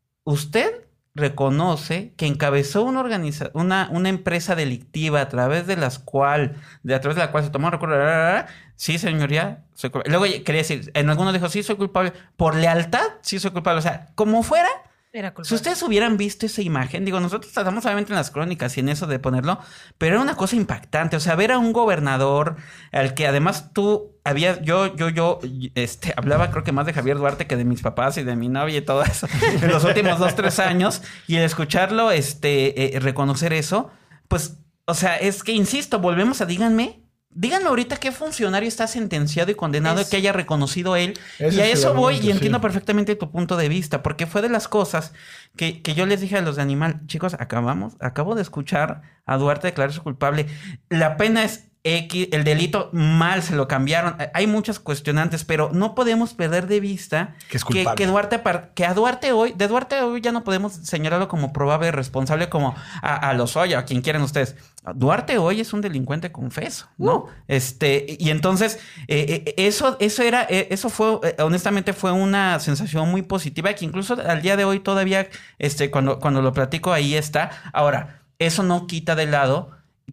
usted reconoce que encabezó una organiza una, una empresa delictiva a través de las cual, de a través de la cual se tomó recuerdo. Sí, señoría, soy culpable. Luego quería decir, en alguno dijo, sí, soy culpable. Por lealtad, sí soy culpable. O sea, como fuera, Era culpable. si ustedes hubieran visto esa imagen, digo, nosotros tratamos obviamente en las crónicas y en eso de ponerlo, pero era una cosa impactante. O sea, ver a un gobernador al que además tú habías, yo, yo, yo, este, hablaba creo que más de Javier Duarte que de mis papás y de mi novia y todo eso en los últimos dos, tres años. Y el escucharlo, este, eh, reconocer eso, pues, o sea, es que insisto, volvemos a díganme. Díganme ahorita qué funcionario está sentenciado y condenado Es- que haya reconocido él. Ese y a es el eso voy argumento, y entiendo sí. perfectamente tu punto de vista, porque fue de las cosas que, que yo les dije a los de Animal, chicos, acabamos, acabo de escuchar a Duarte declararse culpable. La pena es X, el delito mal se lo cambiaron. Hay muchas cuestionantes, pero no podemos perder de vista Que es que, culpable. que Duarte, par- que a Duarte hoy, de Duarte hoy ya no podemos señalarlo como probable responsable como a, a Lozoya, a quien quieran ustedes. Duarte hoy es un delincuente confeso, ¿no? Este, y entonces, eh, eh, eso, eso era, eh, eso fue, eh, honestamente, fue una sensación muy positiva que incluso al día de hoy todavía, este, cuando, cuando lo platico, ahí está. Ahora, eso no quita de lado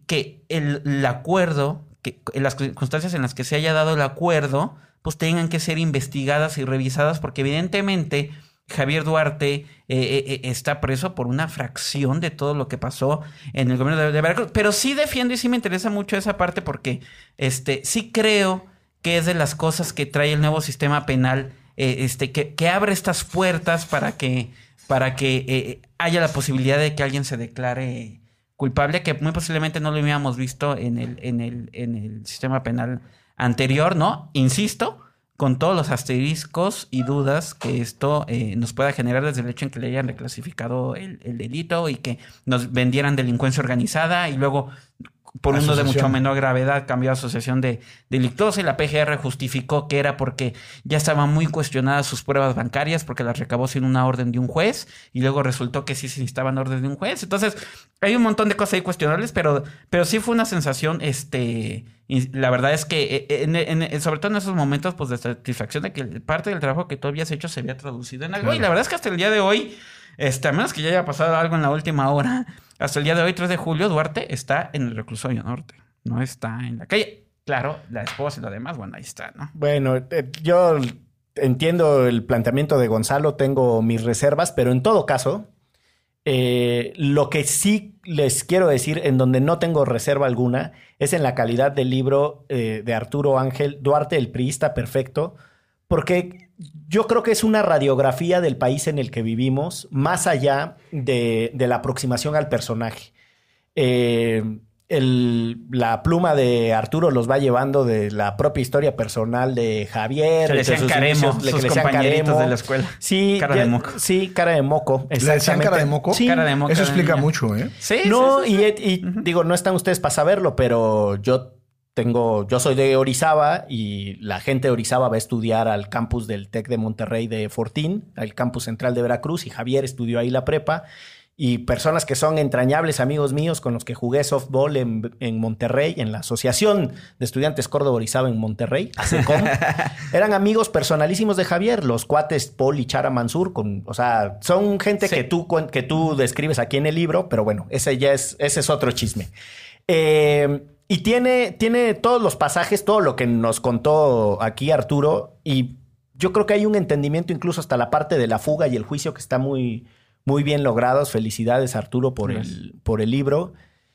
que el, el acuerdo, que en las circunstancias en las que se haya dado el acuerdo, pues tengan que ser investigadas y revisadas, porque evidentemente Javier Duarte eh, eh, está preso por una fracción de todo lo que pasó en el gobierno de, de Veracruz. Pero sí defiendo y sí me interesa mucho esa parte, porque este, sí creo que es de las cosas que trae el nuevo sistema penal, eh, este, que, que abre estas puertas para que, para que eh, haya la posibilidad de que alguien se declare culpable, que muy posiblemente no lo habíamos visto en el, en el, en el sistema penal anterior, ¿no? Insisto, con todos los asteriscos y dudas que esto eh, nos pueda generar desde el hecho en que le hayan reclasificado el, el delito y que nos vendieran delincuencia organizada y luego por uno de mucho menor gravedad cambió a asociación de delictuosa, y la P G R justificó que era porque ya estaban muy cuestionadas sus pruebas bancarias porque las recabó sin una orden de un juez, y luego resultó que sí se necesitaban orden de un juez. Entonces hay un montón de cosas ahí cuestionables, pero, pero sí fue una sensación, este, y la verdad es que en, en, en, sobre todo en esos momentos pues de satisfacción de que parte del trabajo que tú habías hecho se había traducido en algo. Claro. Y la verdad es que hasta el día de hoy, este, a menos que ya haya pasado algo en la última hora, hasta el día de hoy, tres de julio, Duarte está en el reclusorio norte. No está en la calle. Claro, la esposa y lo demás, bueno, ahí está, ¿no? Bueno, eh, yo entiendo el planteamiento de Gonzalo, tengo mis reservas, pero en todo caso, eh, lo que sí les quiero decir, en donde no tengo reserva alguna, es en la calidad del libro eh, de Arturo Ángel, Duarte, el priista perfecto, porque yo creo que es una radiografía del país en el que vivimos, más allá de, de la aproximación al personaje. Eh, el, la pluma de Arturo los va llevando de la propia historia personal de Javier. Se le decían caremo, sus le compañeritos caremo. de la escuela. Sí, cara ya, de moco. Sí, cara de moco. ¿Le decían cara de moco? Sí. Cara de moco. Eso explica mucho, ¿eh? Sí, No, sí, sí, sí. y, y Uh-huh. digo, no están ustedes para saberlo, pero yo tengo, yo soy de Orizaba y la gente de Orizaba va a estudiar al campus del TEC de Monterrey de Fortín, al campus central de Veracruz, y Javier estudió ahí la prepa. Y personas que son entrañables amigos míos con los que jugué softball en, en Monterrey, en la Asociación de Estudiantes Córdoba Orizaba en Monterrey, ASECOM, eran amigos personalísimos de Javier, los cuates Paul y Chara Mansur, con, o sea, son gente sí. que, tú, que tú describes aquí en el libro, pero bueno, ese ya es, ese es otro chisme. Eh, y tiene, tiene todos los pasajes, todo lo que nos contó aquí Arturo, y yo creo que hay un entendimiento incluso hasta la parte de la fuga y el juicio que está muy... Muy bien logrados. Felicidades, Arturo, por el, por el libro.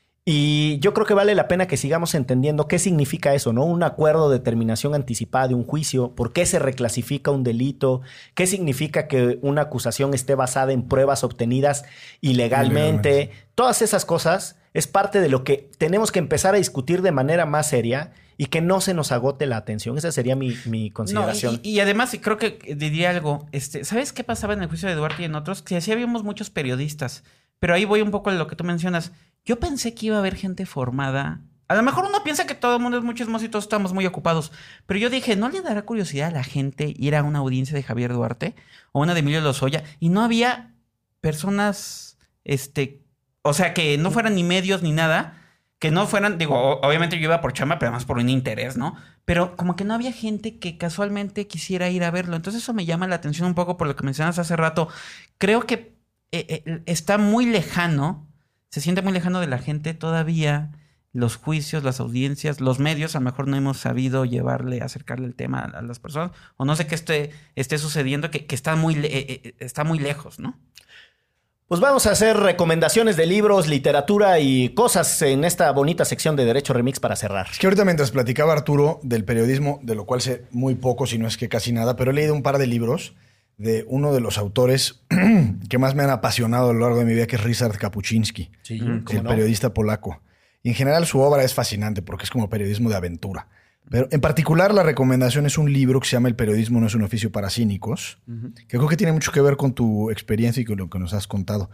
Y yo creo que vale la pena que sigamos entendiendo qué significa eso, ¿no? Un acuerdo de terminación anticipada de un juicio, por qué se reclasifica un delito, qué significa que una acusación esté basada en pruebas obtenidas ilegalmente. ilegalmente. Todas esas cosas es parte de lo que tenemos que empezar a discutir de manera más seria y que no se nos agote la atención. Esa sería mi, mi consideración. No, y, y además, creo que diría algo. Este, ¿sabes qué pasaba en el juicio de Duarte y en otros? Que sí habíamos muchos periodistas. Pero ahí voy un poco a lo que tú mencionas. Yo pensé que iba a haber gente formada. A lo mejor uno piensa que todo el mundo es muy chismoso y todos estamos muy ocupados. Pero yo dije, ¿no le dará curiosidad a la gente ir a una audiencia de Javier Duarte o una de Emilio Lozoya? Y no había personas, este, o sea, que no fueran ni medios ni nada. Que no fueran, digo, obviamente yo iba por chamba, pero además por un interés, ¿no? Pero como que no había gente que casualmente quisiera ir a verlo. Entonces eso me llama la atención un poco por lo que mencionas hace rato. Creo que eh, eh, está muy lejano, se siente muy lejano de la gente todavía, los juicios, las audiencias, los medios. A lo mejor no hemos sabido llevarle, acercarle el tema a, a las personas. O no sé qué esté, esté sucediendo, que, que está, muy, eh, eh, está muy lejos, ¿no? Pues vamos a hacer recomendaciones de libros, literatura y cosas en esta bonita sección de Derecho Remix para cerrar. Es que ahorita mientras platicaba Arturo del periodismo, de lo cual sé muy poco, si no es que casi nada, pero he leído un par de libros de uno de los autores que más me han apasionado a lo largo de mi vida, que es Ryszard Kapuczynski, sí, el no? periodista polaco. Y en general su obra es fascinante porque es como periodismo de aventura. Pero en particular la recomendación es un libro que se llama El periodismo no es un oficio para cínicos, uh-huh. que creo que tiene mucho que ver con tu experiencia y con lo que nos has contado.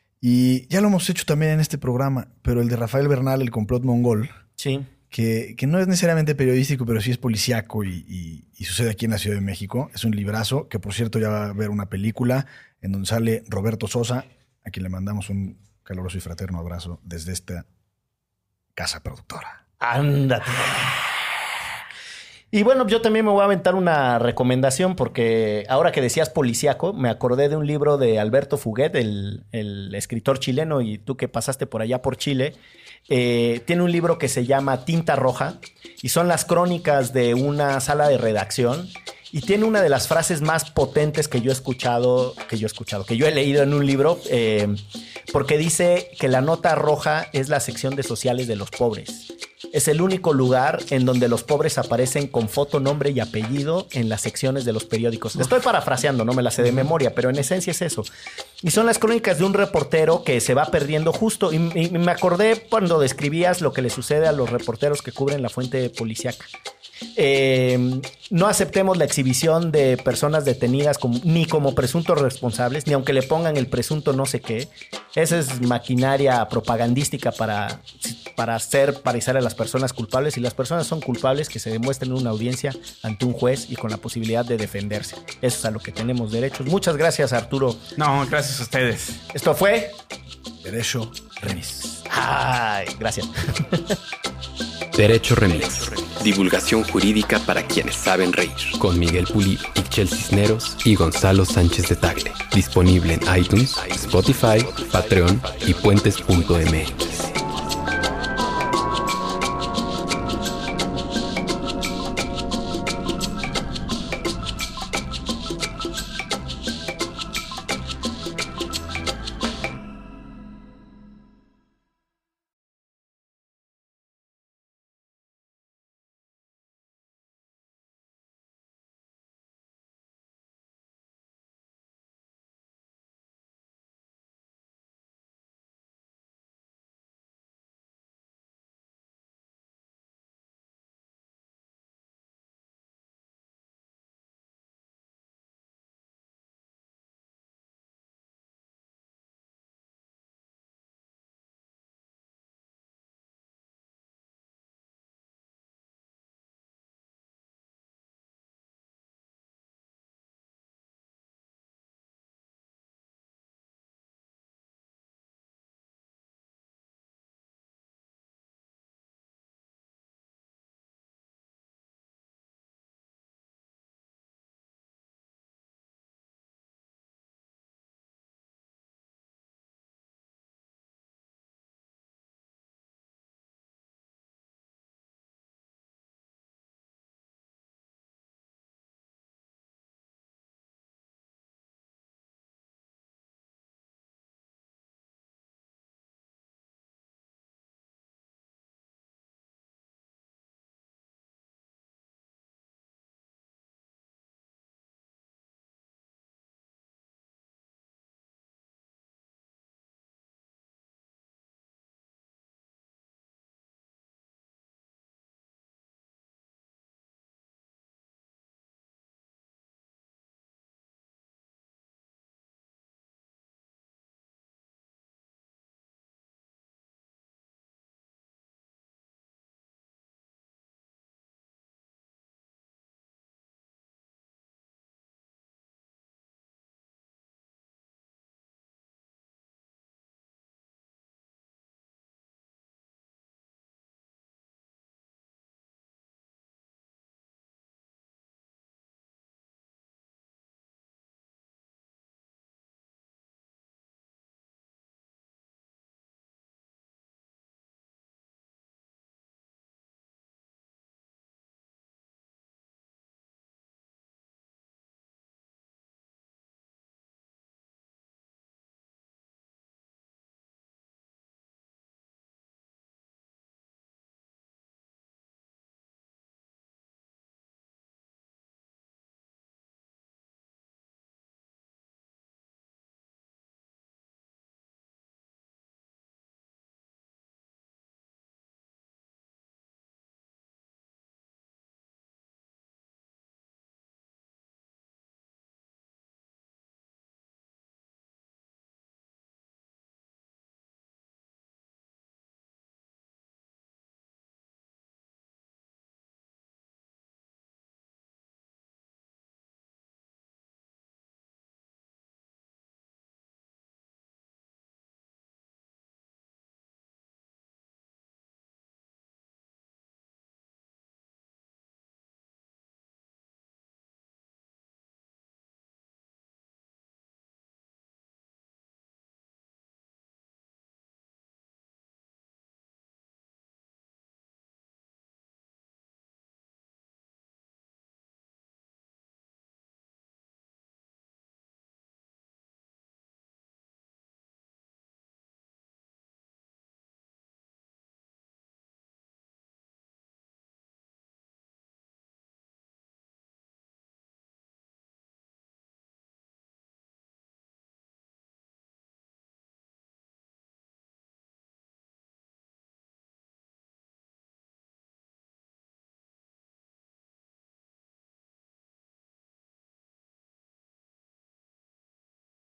Y ya lo hemos hecho también en este programa, pero el de Rafael Bernal, El complot mongol, sí. que, que no es necesariamente periodístico, pero sí es policíaco y, y, y sucede aquí en la Ciudad de México. Es un librazo que, por cierto, ya va a haber una película en donde sale Roberto Sosa, a quien le mandamos un caluroso y fraterno abrazo desde esta casa productora. Ándate. Y bueno, yo también me voy a aventar una recomendación porque ahora que decías policíaco, me acordé de un libro de Alberto Fuguet, el, el escritor chileno, y tú que pasaste por allá por Chile, eh, tiene un libro que se llama Tinta Roja y son las crónicas de una sala de redacción y tiene una de las frases más potentes que yo he escuchado, que yo he escuchado, que yo he leído en un libro, eh, porque dice que la nota roja es la sección de sociales de los pobres. Es el único lugar en donde los pobres aparecen con foto, nombre y apellido en las secciones de los periódicos. Estoy parafraseando, no me la sé de memoria, pero en esencia es eso. Y son las crónicas de un reportero que se va perdiendo justo. Y, y me acordé cuando describías lo que le sucede a los reporteros que cubren la fuente policíaca. Eh, no aceptemos la exhibición de personas detenidas como, ni como presuntos responsables, ni aunque le pongan el presunto no sé qué. Esa es maquinaria propagandística para, para hacer parecer a las personas culpables. Y las personas son culpables, que se demuestren en una audiencia ante un juez y con la posibilidad de defenderse. Eso es a lo que tenemos derechos. Muchas gracias, Arturo. No, gracias a ustedes. Esto fue Derecho Remix. Ay, gracias. Derecho Remix. Divulgación jurídica para quienes saben reír. Con Miguel Pulido, Ixchel Cisneros y Gonzalo Sánchez de Tagle. Disponible en iTunes, Spotify, Patreon y puentes punto m x.